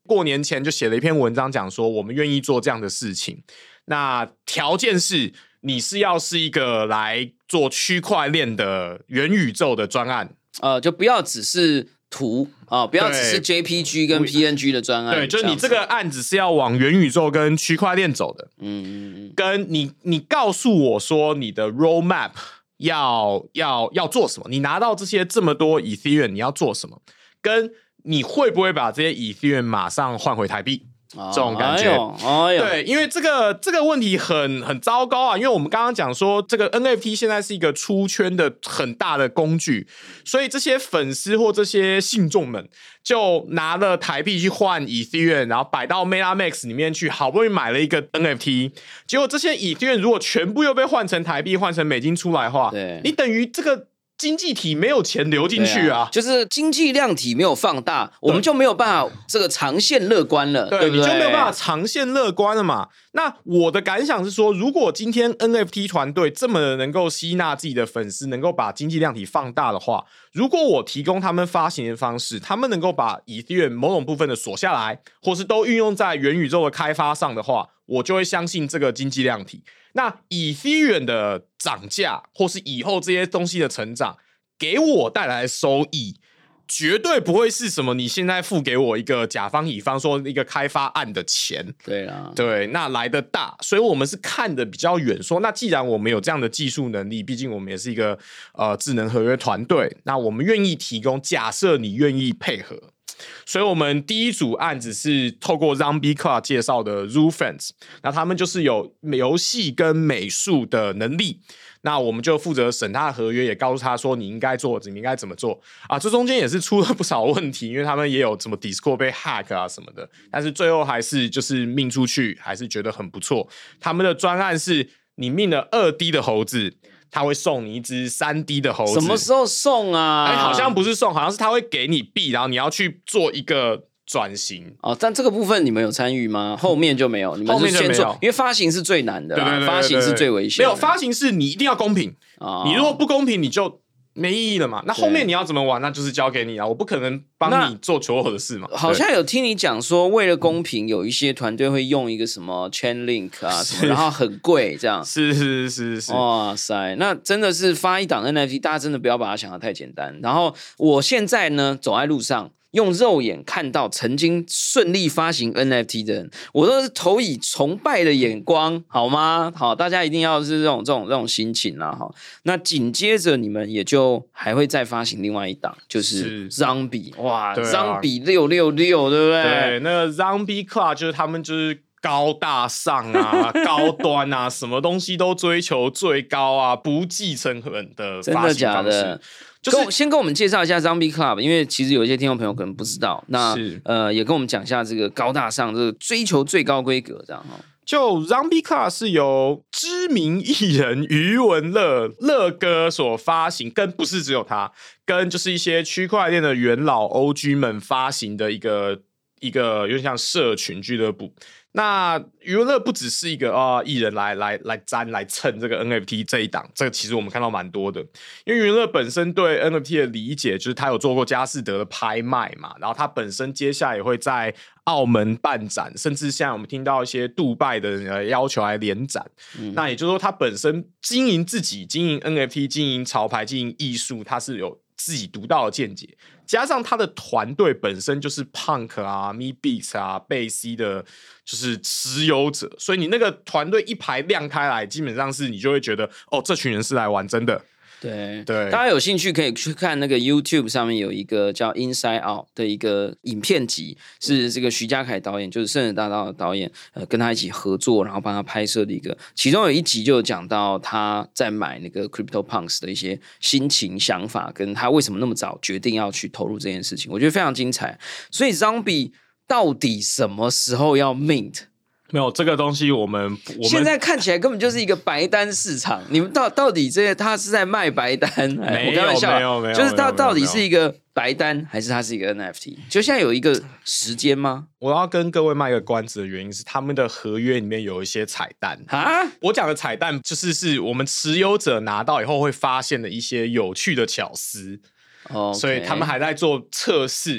S3: 过年前就写了一篇文章，讲说我们愿意做这样的事情。那条件是你是要是一个来做区块链的元宇宙的专案，
S2: 呃，就不要只是图啊、哦，不要只是 J P G 跟 P N G 的专案。
S3: 对，就是你这个案子是要往元宇宙跟区块链走的。
S2: 嗯嗯嗯，
S3: 跟你你告诉我说你的 roadmap 要要要做什么，你拿到这些这么多 Ethereum 你要做什么，跟你会不会把这些 Ethereum 马上换回台币？这种感觉，
S2: 哎呦，
S3: 对，因为这个这个问题很很糟糕啊，因为我们刚刚讲说，这个 N F T 现在是一个出圈的很大的工具，所以这些粉丝或这些信众们就拿了台币去换 Ethereum， 然后摆到 MetaMask 里面去，好不容易买了一个 N F T， 结果这些 Ethereum 如果全部又被换成台币、换成美金出来的话，
S2: 对，
S3: 你等于这个经济体没有钱流进去啊，
S2: 啊就是经济量体没有放大，我们就没有办法这个长线乐观了， 对, 对不对？
S3: 你就没有办法长线乐观了嘛。那我的感想是说，如果今天 N F T 团队这么能够吸纳自己的粉丝，能够把经济量体放大的话，如果我提供他们发行的方式，他们能够把 Ethereum 某种部分的锁下来，或是都运用在元宇宙的开发上的话，我就会相信这个经济量体。那 Ethereum 的涨价，或是以后这些东西的成长，给我带来的收益，绝对不会是什么你现在付给我一个甲方乙方说一个开发案的钱，
S2: 对啦，
S3: 对，那来的大，所以我们是看得比较远，说那既然我们有这样的技术能力，毕竟我们也是一个呃智能合约团队，那我们愿意提供，假设你愿意配合。所以我们第一组案子是透过 Zombie Club 介绍的 Zoo Friends， 那他们就是有游戏跟美术的能力，那我们就负责审他的合约，也告诉他说你应该做，你应该怎么做啊。这中间也是出了不少问题，因为他们也有什么 Discord 被 hack 啊什么的，但是最后还是就是命出去，还是觉得很不错。他们的专案是你命了二 D 的猴子，他会送你一只三 D 的猴子。
S2: 什么时候送啊？
S3: 哎，好像不是送，好像是他会给你币，然后你要去做一个转型。
S2: 哦，但这个部分你们有参与吗？后面就没有，你们是先做，因为发行是最难的啦，
S3: 对对对对对，
S2: 发行是最危险的。
S3: 没有，发行是你一定要公平，哦，你如果不公平，你就没意义了嘛。那后面你要怎么玩，那就是交给你啊，我不可能帮你做所有的事嘛。
S2: 好像有听你讲说，为了公平，有一些团队会用一个什么 Chainlink 啊什么，然后很贵这样。
S3: 是是是是，
S2: 哇塞，那真的是发一档 N F T， 大家真的不要把它想得太简单。然后我现在呢，走在路上，用肉眼看到曾经顺利发行 N F T 的人，我都是投以崇拜的眼光，好吗？好，大家一定要是这种这种这种心情啦。好，那紧接着你们也就还会再发行另外一档，就是 Zombie， 哇、啊、，Zombie 六六六，对不对？
S3: 对，那个 Zombie Club 就是他们就是高大上啊，高端啊，什么东西都追求最高啊，不计成本的发行方式。真的假的？
S2: 就是跟先跟我们介绍一下 Zombie Club， 因为其实有一些听众朋友可能不知道，那呃也跟我们讲一下这个高大上，这个追求最高规格这样哈。
S3: 就 Zombie Club 是由知名艺人余文乐乐哥所发行，跟不是只有他，跟就是一些区块链的元老 O G 们发行的一个一个有点像社群俱乐部。那余文乐不只是一个啊艺人来来来沾来蹭这个 N F T 这一档，这个其实我们看到蛮多的。因为余文乐本身对 N F T 的理解，就是他有做过佳士得的拍卖嘛，然后他本身接下来也会在澳门办展，甚至现在我们听到一些杜拜的人要求来联展。嗯、那也就是说，他本身经营自己、经营 N F T、经营潮牌、经营艺术，他是有自己独到的见解。加上他的团队本身就是 Punk 啊、MeBeats 啊、贝 C 的，就是持有者，所以你那个团队一排亮开来，基本上是你就会觉得，哦，这群人是来玩真的。
S2: 对
S3: 对，
S2: 大家有兴趣可以去看那个 YouTube 上面有一个叫 Inside Out 的一个影片集，是这个徐家凯导演，就是《圣人大道》的导演，呃，跟他一起合作，然后帮他拍摄的一个，其中有一集就有讲到他在买那个 CryptoPunks 的一些心情想法，跟他为什么那么早决定要去投入这件事情，我觉得非常精彩。所以 Zombie 到底什么时候要 mint？
S3: 没有这个东西我们，我们
S2: 现在看起来根本就是一个白单市场。你们到到底这些他是在卖白单？
S3: 没有，
S2: 我开玩笑，
S3: 没有，没有，
S2: 就是他到底是一个白单，还是他是一个 N F T？ 就现在有一个时间吗？
S3: 我要跟各位卖个关子的原因是，他们的合约里面有一些彩蛋
S2: 啊。
S3: 我讲的彩蛋就是是我们持有者拿到以后会发现的一些有趣的巧思。
S2: 哦，
S3: okay. 所以他们还在做测试。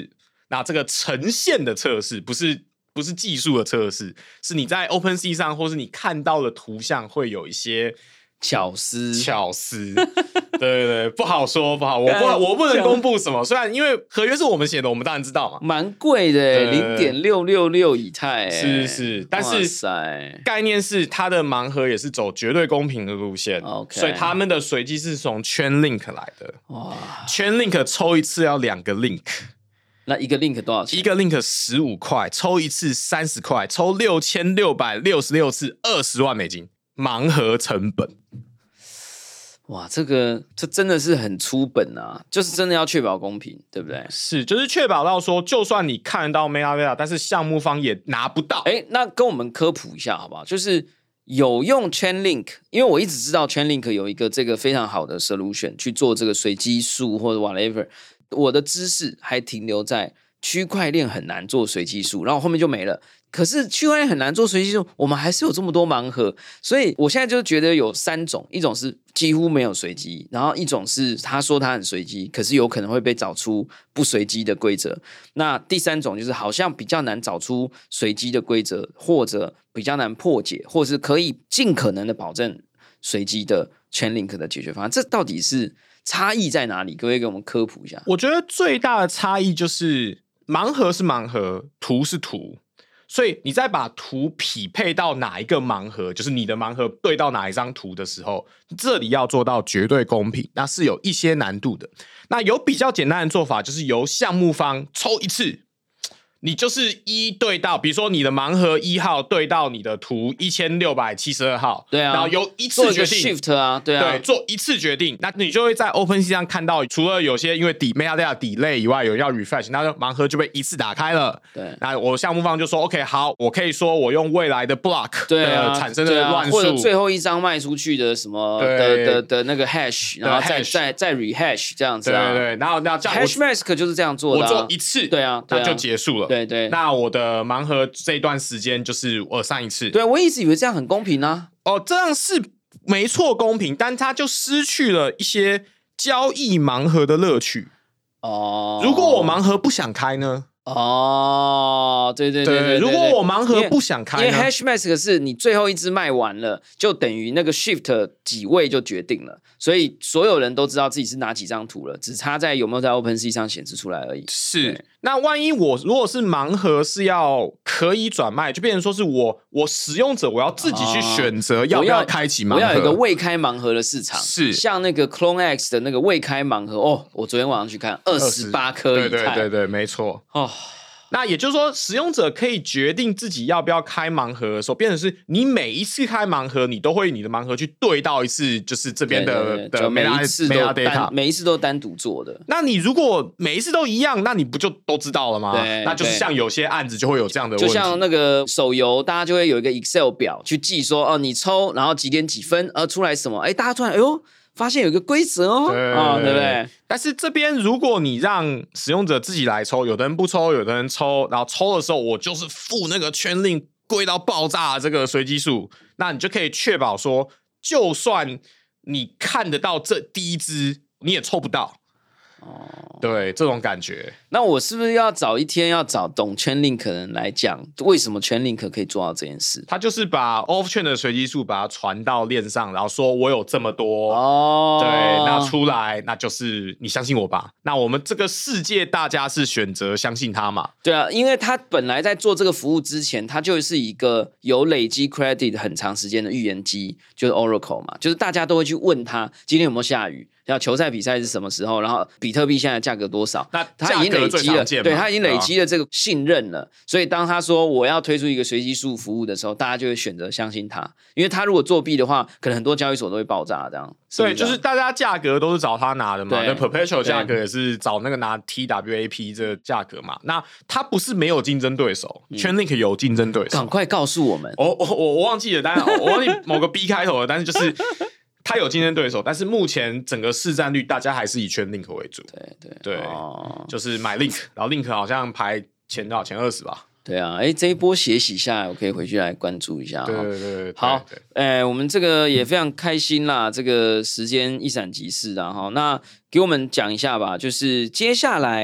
S3: 那这个呈现的测试不是不是技术的测试，是你在 OpenSea 上或是你看到的图像会有一些
S2: 巧思，
S3: 巧思，对对对，不好说，不好，我不我不能公布什么。虽然因为合约是我们写的，我们当然知道嘛，
S2: 蛮贵的，零点六六六以太，
S3: 是是，但是概念是它的盲盒也是走绝对公平的路线，
S2: okay.
S3: 所以他们的随机是从圈 link 来的，哇，圈 link 抽一次要两个 link。
S2: 那一个 link 多少钱？
S3: 一个 link 十五块，抽一次三十块，抽六千六百六十六次，二十万美金，盲盒成本。
S2: 哇，这个这真的是很粗本啊，就是真的要确保公平，对不对？
S3: 是，就是确保到说，就算你看得到 Metadata， 但是项目方也拿不到。
S2: 哎，那跟我们科普一下好不好？就是有用 Chainlink， 因为我一直知道 Chainlink 有一个这个非常好的 solution 去做这个随机数或者 whatever。我的知识还停留在区块链很难做随机数，然后后面就没了。可是区块链很难做随机数，我们还是有这么多盲盒，所以我现在就觉得有三种：一种是几乎没有随机，然后一种是他说他很随机，可是有可能会被找出不随机的规则。那第三种就是好像比较难找出随机的规则，或者比较难破解，或者是可以尽可能的保证随机的 Chainlink 的解决方案。这到底是差异在哪里？可不可以给我们科普一下？
S3: 我觉得最大的差异就是盲盒是盲盒，图是图，所以你再把图匹配到哪一个盲盒，就是你的盲盒对到哪一张图的时候，这里要做到绝对公平，那是有一些难度的。那有比较简单的做法，就是由项目方抽一次。你就是一对到，比如说你的盲盒一号对到你的图一千六百七十二号，
S2: 对啊，
S3: 然后由一次决定
S2: shift 啊，对啊，
S3: 对，做一次决定，那你就会在 OpenSea 上看到，除了有些因为 metadata delay 以外，有人要 refresh， 那盲盒就被一次打开了。
S2: 对，
S3: 那我项目方就说 OK， 好，我可以说我用未来的 block 的产生的乱数，
S2: 或者最后一张卖出去的什么的的的那个 hash， 然后再再再 rehash 这样子啊，
S3: 对对对，然后那这样
S2: hashmask 就是这样做的，
S3: 我做一次，
S2: 对啊，
S3: 那就结束了。
S2: 对对，
S3: 那我的盲盒这一段时间就是我上一次，
S2: 对我一直以为这样很公平啊。
S3: 哦，这样是没错公平，但它就失去了一些交易盲盒的乐趣。哦，如果我盲盒不想开呢？
S2: 哦，对对对 对, 对,
S3: 对，如果我盲盒不想开呢，
S2: 因为 hashmask 是你最后一支卖完了，就等于那个 shift 几位就决定了，所以所有人都知道自己是哪几张图了，只差在有没有在 OpenSea 上显示出来而已。
S3: 是，那万一我如果是盲盒是要可以转卖，就变成说是我我使用者我要自己去选择要不要开启盲盒，
S2: 我要有一个未开盲盒的市场，
S3: 是
S2: 像那个 CloneX 的那个未开盲盒哦，我昨天晚上去看二十八颗以太，
S3: 对对对对，没错哦。那也就是说，使用者可以决定自己要不要开盲盒的时候，变成是你每一次开盲盒，你都会你的盲盒去对到一次，就是这边的
S2: 对对对
S3: 的
S2: 每一次都
S3: metadata，
S2: 每一次都单独做的。
S3: 那你如果每一次都一样，那你不就都知道了吗？
S2: 对，
S3: 那就是像有些案子就会有这样的问题，
S2: 就像那个手游，大家就会有一个 Excel 表去记说，哦，你抽，然后几点几分，呃，出来什么？哎，大家突然，哎呦。发现有一个规则哦，
S3: 对
S2: 啊，对不对？
S3: 但是这边如果你让使用者自己来抽，有的人不抽，有的人抽，然后抽的时候我就是付那个圈令贵到爆炸的这个随机数，那你就可以确保说，就算你看得到这第一支，你也抽不到。哦，对，这种感觉。
S2: 那我是不是要找一天要找懂Chainlink的人来讲，为什么Chainlink可以做到这件事？
S3: 他就是把 off chain 的随机数把它传到链上，然后说我有这么多
S2: 哦，
S3: 对，那出来那就是你相信我吧。那我们这个世界大家是选择相信他嘛？
S2: 对啊，因为他本来在做这个服务之前，他就是一个有累积 credit 很长时间的预言机，就是 Oracle 嘛，就是大家都会去问他今天有没有下雨。要球赛比赛是什么时候？然后比特币现在价格多少？
S3: 那
S2: 他已经累积了，对他已经累积了这个信任了。所以当他说我要推出一个随机数服务的时候，大家就会选择相信他，因为他如果作弊的话，可能很多交易所都会爆炸。这样
S3: 对，就是大家价格都是找他拿的嘛。那 Perpetual 价格也是找那个拿 T W A P 这个价格嘛。那他不是没有竞争对手、嗯、，Chainlink 有竞争对手。
S2: 赶快告诉我们！
S3: 我我我忘记了，但是我忘记某个 B 开头了，但是就是。他有竞争对手，但是目前整个市占率大家还是以圈 link 为主。
S2: 对对
S3: 对、哦，就是买 link， 然后 link 好像排前多少前二十吧。
S2: 对啊，哎，这一波血洗下来，我可以回去来关注一下。
S3: 对对 对, 对，
S2: 好，哎，我们这个也非常开心啦，这个时间一闪即逝啊，哈，那给我们讲一下吧，就是接下来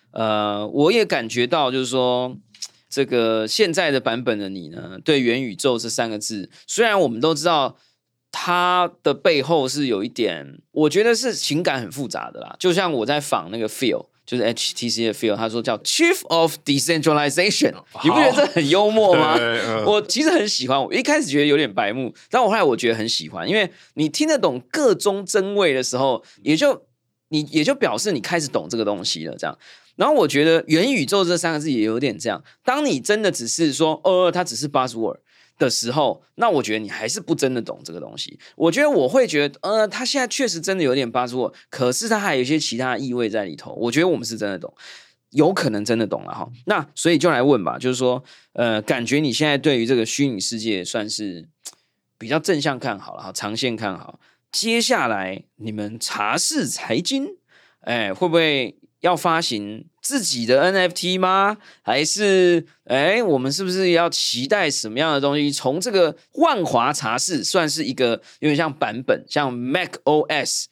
S2: 呃，我也感觉到就是说。这个现在的版本的你呢，对元宇宙这三个字，虽然我们都知道它的背后是有一点，我觉得是情感很复杂的啦。就像我在访那个 Phil， 就是 H T C 的 Phil， 他说叫 Chief of Decentralization， 你不觉得这很幽默吗？我其实很喜欢，我一开始觉得有点白目，但我后来我觉得很喜欢，因为你听得懂各中真伪的时候，也就你也就表示你开始懂这个东西了，这样。然后我觉得元宇宙这三个字也有点这样，当你真的只是说哦它只是 buzzword 的时候，那我觉得你还是不真的懂这个东西。我觉得我会觉得呃它现在确实真的有点 buzzword， 可是它还有一些其他的意味在里头，我觉得我们是真的懂，有可能真的懂了哈。那所以就来问吧，就是说呃感觉你现在对于这个虚拟世界算是比较正向看好了哈，长线看好，接下来你们茶室财经哎会不会要发行自己的 N F T 吗？还是哎，我们是不是要期待什么样的东西？从这个万华茶室算是一个有点像版本，像 Mac O S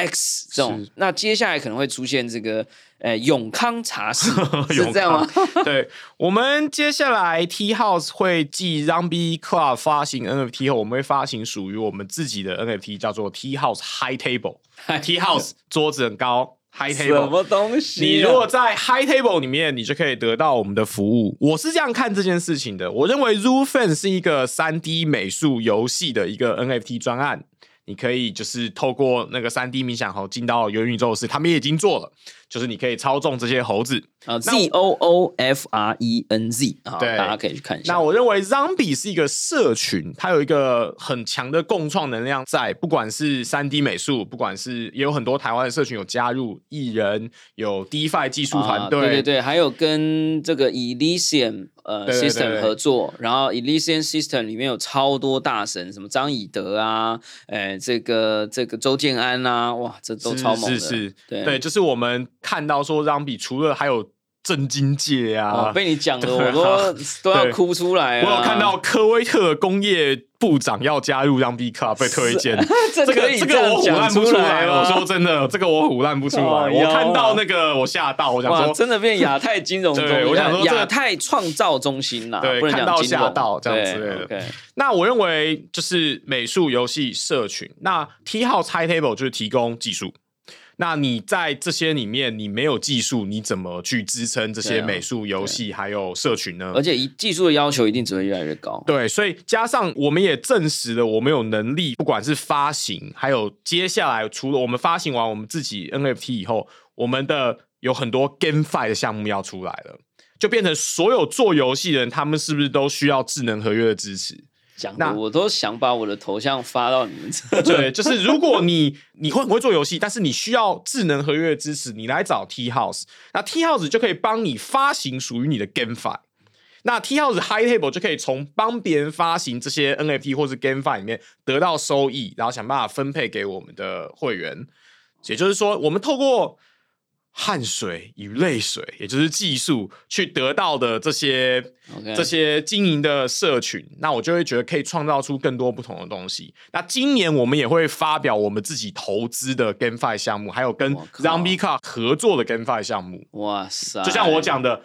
S2: X 这种，那接下来可能会出现这个呃永康茶室，是这样吗？
S3: 对，我们接下来 T House 会继 Zombie Club 发行 N F T 后，我们会发行属于我们自己的 N F T， 叫做 T House High Table。T House 桌子很高。High Table
S2: 什么东西、啊？
S3: 你如果在 High Table 里面，你就可以得到我们的服务。我是这样看这件事情的，我认为 ZooFan 是一个 三 D 美术游戏的一个 N F T 专案，你可以就是透过那个 三 D 冥想猴进到元宇宙时，他们也已经做了，就是你可以操纵这些猴子。
S2: 啊 ，Z O O F R E N Z 啊，
S3: 对，
S2: 大家可以去看一下。
S3: 那我认为 Zombie 是一个社群，它有一个很强的共创能量在，不管是 三 D 美术，不管是也有很多台湾的社群有加入艺人，有 DeFi 技术团队、
S2: 啊，对对对，还有跟这个 Elysium 呃
S3: 对对对
S2: System 合作，然后 Elysium System 里面有超多大神，什么张以德啊，哎，这个这个周建安啊，哇，这都超猛的，
S3: 是是是，
S2: 对
S3: 对，就是我们看到说 Zombie 除了还有正经界啊、
S2: 哦，被你讲的我都、啊、都要哭出来啊！
S3: 我有看到科威特工业部长要加入 Zombie Club 被推荐，
S2: 这个这
S3: 个我唬烂不出来。
S2: 我
S3: 说真的，这个我唬烂不出来。哦、我看到那个我吓到，我想说
S2: 真的变亚太金融中心，
S3: 对，我想说
S2: 亚太创造中心啦，
S3: 对，
S2: 不能讲金融，
S3: 看到吓到这样之类的。
S2: Okay.
S3: 那我认为就是美术游戏社群，那 T House High Table 就是提供技术。那你在这些里面，你没有技术，你怎么去支撑这些美术、游戏还有社群呢？
S2: 而且技术的要求一定只会越来越高。
S3: 对，所以加上我们也证实了，我们有能力，不管是发行，还有接下来除了我们发行完我们自己 N F T 以后，我们的有很多 GameFi 的项目要出来了，就变成所有做游戏的人，他们是不是都需要智能合约的支持？
S2: 讲的我都想把我的头像发到你们这。
S3: 对，就是如果你你会很会做游戏，但是你需要智能合约的支持，你来找 T House， 那 T House 就可以帮你发行属于你的 GameFi。那 T House High Table 就可以从帮别人发行这些 N F T 或是 GameFi 里面得到收益，然后想办法分配给我们的会员。也就是说，我们透过汗水与泪水，也就是技术去得到的这些、okay. 这些经营的社群，那我就会觉得可以创造出更多不同的东西。那今年我们也会发表我们自己投资的 GameFi 项目，还有跟 Zombie Club 合作的 GameFi 项目。
S2: 哇塞！
S3: 就像我讲的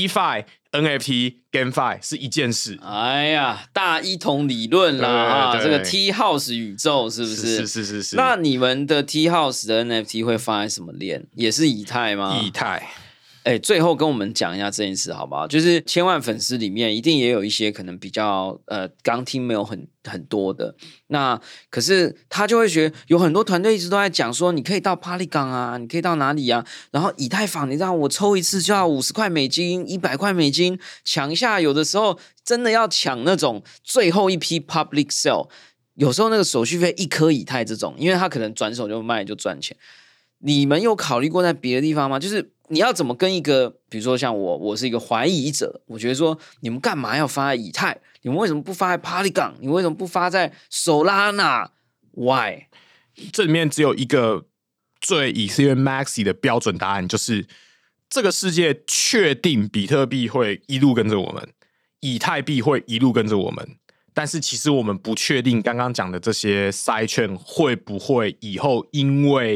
S3: DeFi、N F T、GameFi 是一件事。
S2: 哎呀，大一统理论啦啊！这个 T House 宇宙是不是？
S3: 是是是是是。
S2: 那你们的 T House 的 N F T 会放在什么链？也是以太吗？
S3: 以太。
S2: 哎、欸，最后跟我们讲一下这件事好不好？就是千万粉丝里面一定也有一些可能比较呃刚听没有很很多的，那可是他就会觉得有很多团队一直都在讲说，你可以到 Polygon 啊，你可以到哪里啊？然后以太坊你让我抽一次就要五十块美金、一百块美金，抢一下有的时候真的要抢那种最后一批 public sale， 有时候那个手续费一颗以太这种，因为他可能转手就卖就赚钱。你们有考虑过在别的地方吗？就是你要怎么跟一个，比如说像我，我是一个怀疑者，我觉得说你们干嘛要发在以太？你们为什么不发在 Polygon？ 你为什么不发在 Solana？Why？
S3: 这里面只有一个最 Ethereum Maxi 的标准答案，就是这个世界确定比特币会一路跟着我们，以太币会一路跟着我们。但是其实我们不确定刚刚讲的这些 Sidechain 会不会以后因为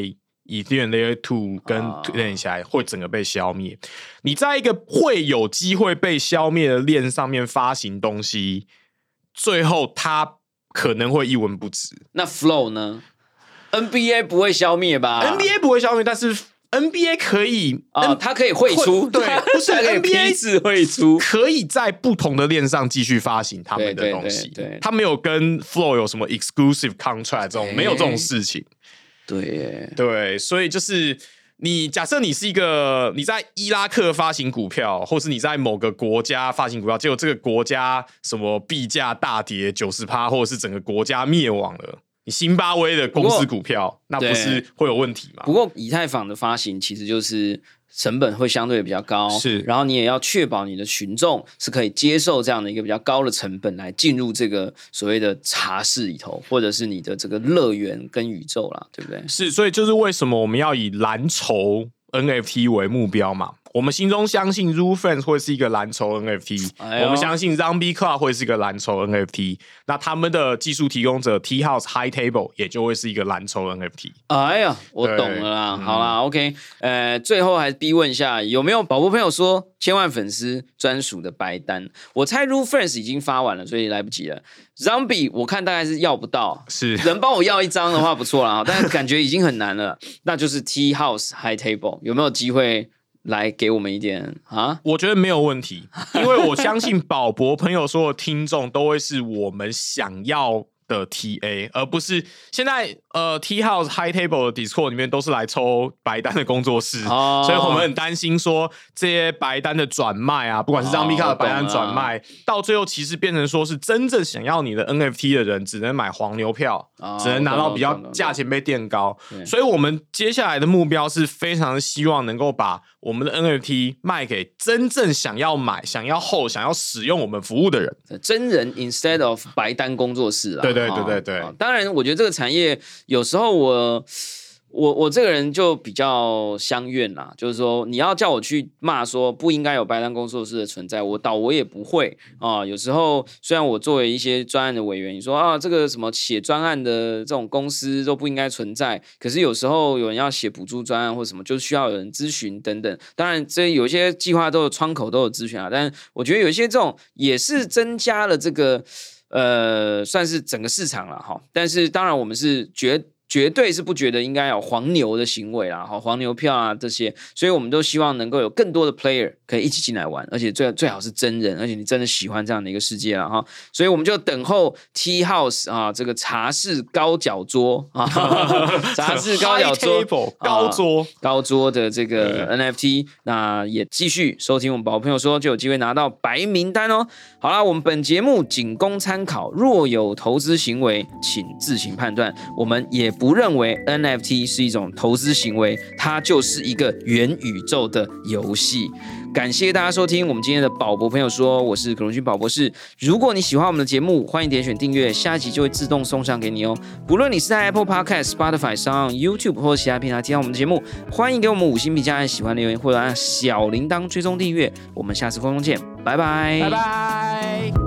S3: Ethereum Layer 二跟 链起来会整个被消灭。你在一个会有机会被消灭的链上面发行东西，最后它可能会一文不值。
S2: 那 Flow 呢 ？N B A 不会消灭吧
S3: ？N B A 不会消灭，但是 N B A 可以
S2: 啊、哦，它可以汇出，
S3: 对，不是
S2: N B A 是汇出，
S3: 可以在不同的链上继续发行他们的东西。
S2: 对对对对，
S3: 它没有跟 Flow 有什么 exclusive contract 这种，没有这种事情。
S2: 对耶，
S3: 对，所以就是你假设你是一个你在伊拉克发行股票，或是你在某个国家发行股票，结果这个国家什么币价大跌 百分之九十， 或者是整个国家灭亡了。你辛巴威的公司股票，那不是会有问题吗？
S2: 不过以太坊的发行其实就是成本会相对比较高，
S3: 是，
S2: 然后你也要确保你的群众是可以接受这样的一个比较高的成本来进入这个所谓的茶室里头，或者是你的这个乐园跟宇宙啦，对不对？
S3: 是，所以就是为什么我们要以蓝筹 N F T 为目标嘛。我们心中相信 Zoo Friends 会是一个蓝筹 N F T，、哎、我们相信 Zombie Club 会是一个蓝筹 N F T， 那他们的技术提供者 T House High Table 也就会是一个蓝筹 N F T。
S2: 哎呀，我懂了啦，好啦 ，OK， 呃，最后还是逼问一下，有没有宝宝朋友说千万粉丝专属的白单？我猜 Zoo Friends 已经发完了，所以来不及了。Zombie 我看大概是要不到，
S3: 是
S2: 能帮我要一张的话不错啦，但是感觉已经很难了。那就是 T House High Table 有没有机会？来给我们一点啊！
S3: 我觉得没有问题，因为我相信宝博朋友所有听众都会是我们想要的 T A， 而不是现在呃 T House High Table 的 Discord 里面都是来抽白单的工作室，哦、所以我们很担心说这些白单的转卖啊，不管是让 Mika 的白单转卖，哦、到最后其实变成说是真正想要你的 N F T 的人只能买黄牛票，哦、只能拿到比较价钱被垫高，所以我们接下来的目标是非常希望能够把我们的 N F T 卖给真正想要买、想要hold、想要使用我们服务的人，
S2: 真人 instead of 白单工作室啦。
S3: 对对对对对。
S2: 哦、当然，我觉得这个产业有时候我。我我这个人就比较相怨啦，就是说你要叫我去骂说不应该有白单工作室的存在，我倒我也不会啊。有时候虽然我作为一些专案的委员，你说啊这个什么写专案的这种公司都不应该存在，可是有时候有人要写补助专案或什么，就需要有人咨询等等。当然这有些计划都有窗口都有咨询啊，但是我觉得有一些这种也是增加了这个呃算是整个市场了哈。但是当然我们是绝。绝对是不觉得应该有黄牛的行为啦，黄牛票啊这些，所以我们都希望能够有更多的 player 可以一起进来玩，而且最最好是真人，而且你真的喜欢这样的一个世界啦哈，所以我们就等候 T House 啊这个茶室高脚桌啊，茶室高脚桌
S3: 高桌、啊、
S2: 高桌的这个 N F T， 那也继续收听我们宝朋友说，就有机会拿到白名单哦。好啦，我们本节目仅供参考，若有投资行为，请自行判断。我们也不认为 N F T 是一种投资行为，它就是一个元宇宙的游戏。感谢大家收听我们今天的宝博朋友说，我是可隆君宝博士。如果你喜欢我们的节目，欢迎点选订阅，下一集就会自动送上给你哦。不论你是在 Apple Podcast、Spotify、SoundOn、YouTube 或其他平台听到我们的节目，欢迎给我们五星评价、按喜欢留言或者按小铃铛追踪订阅。我们下次空中见，拜拜，
S3: 拜拜。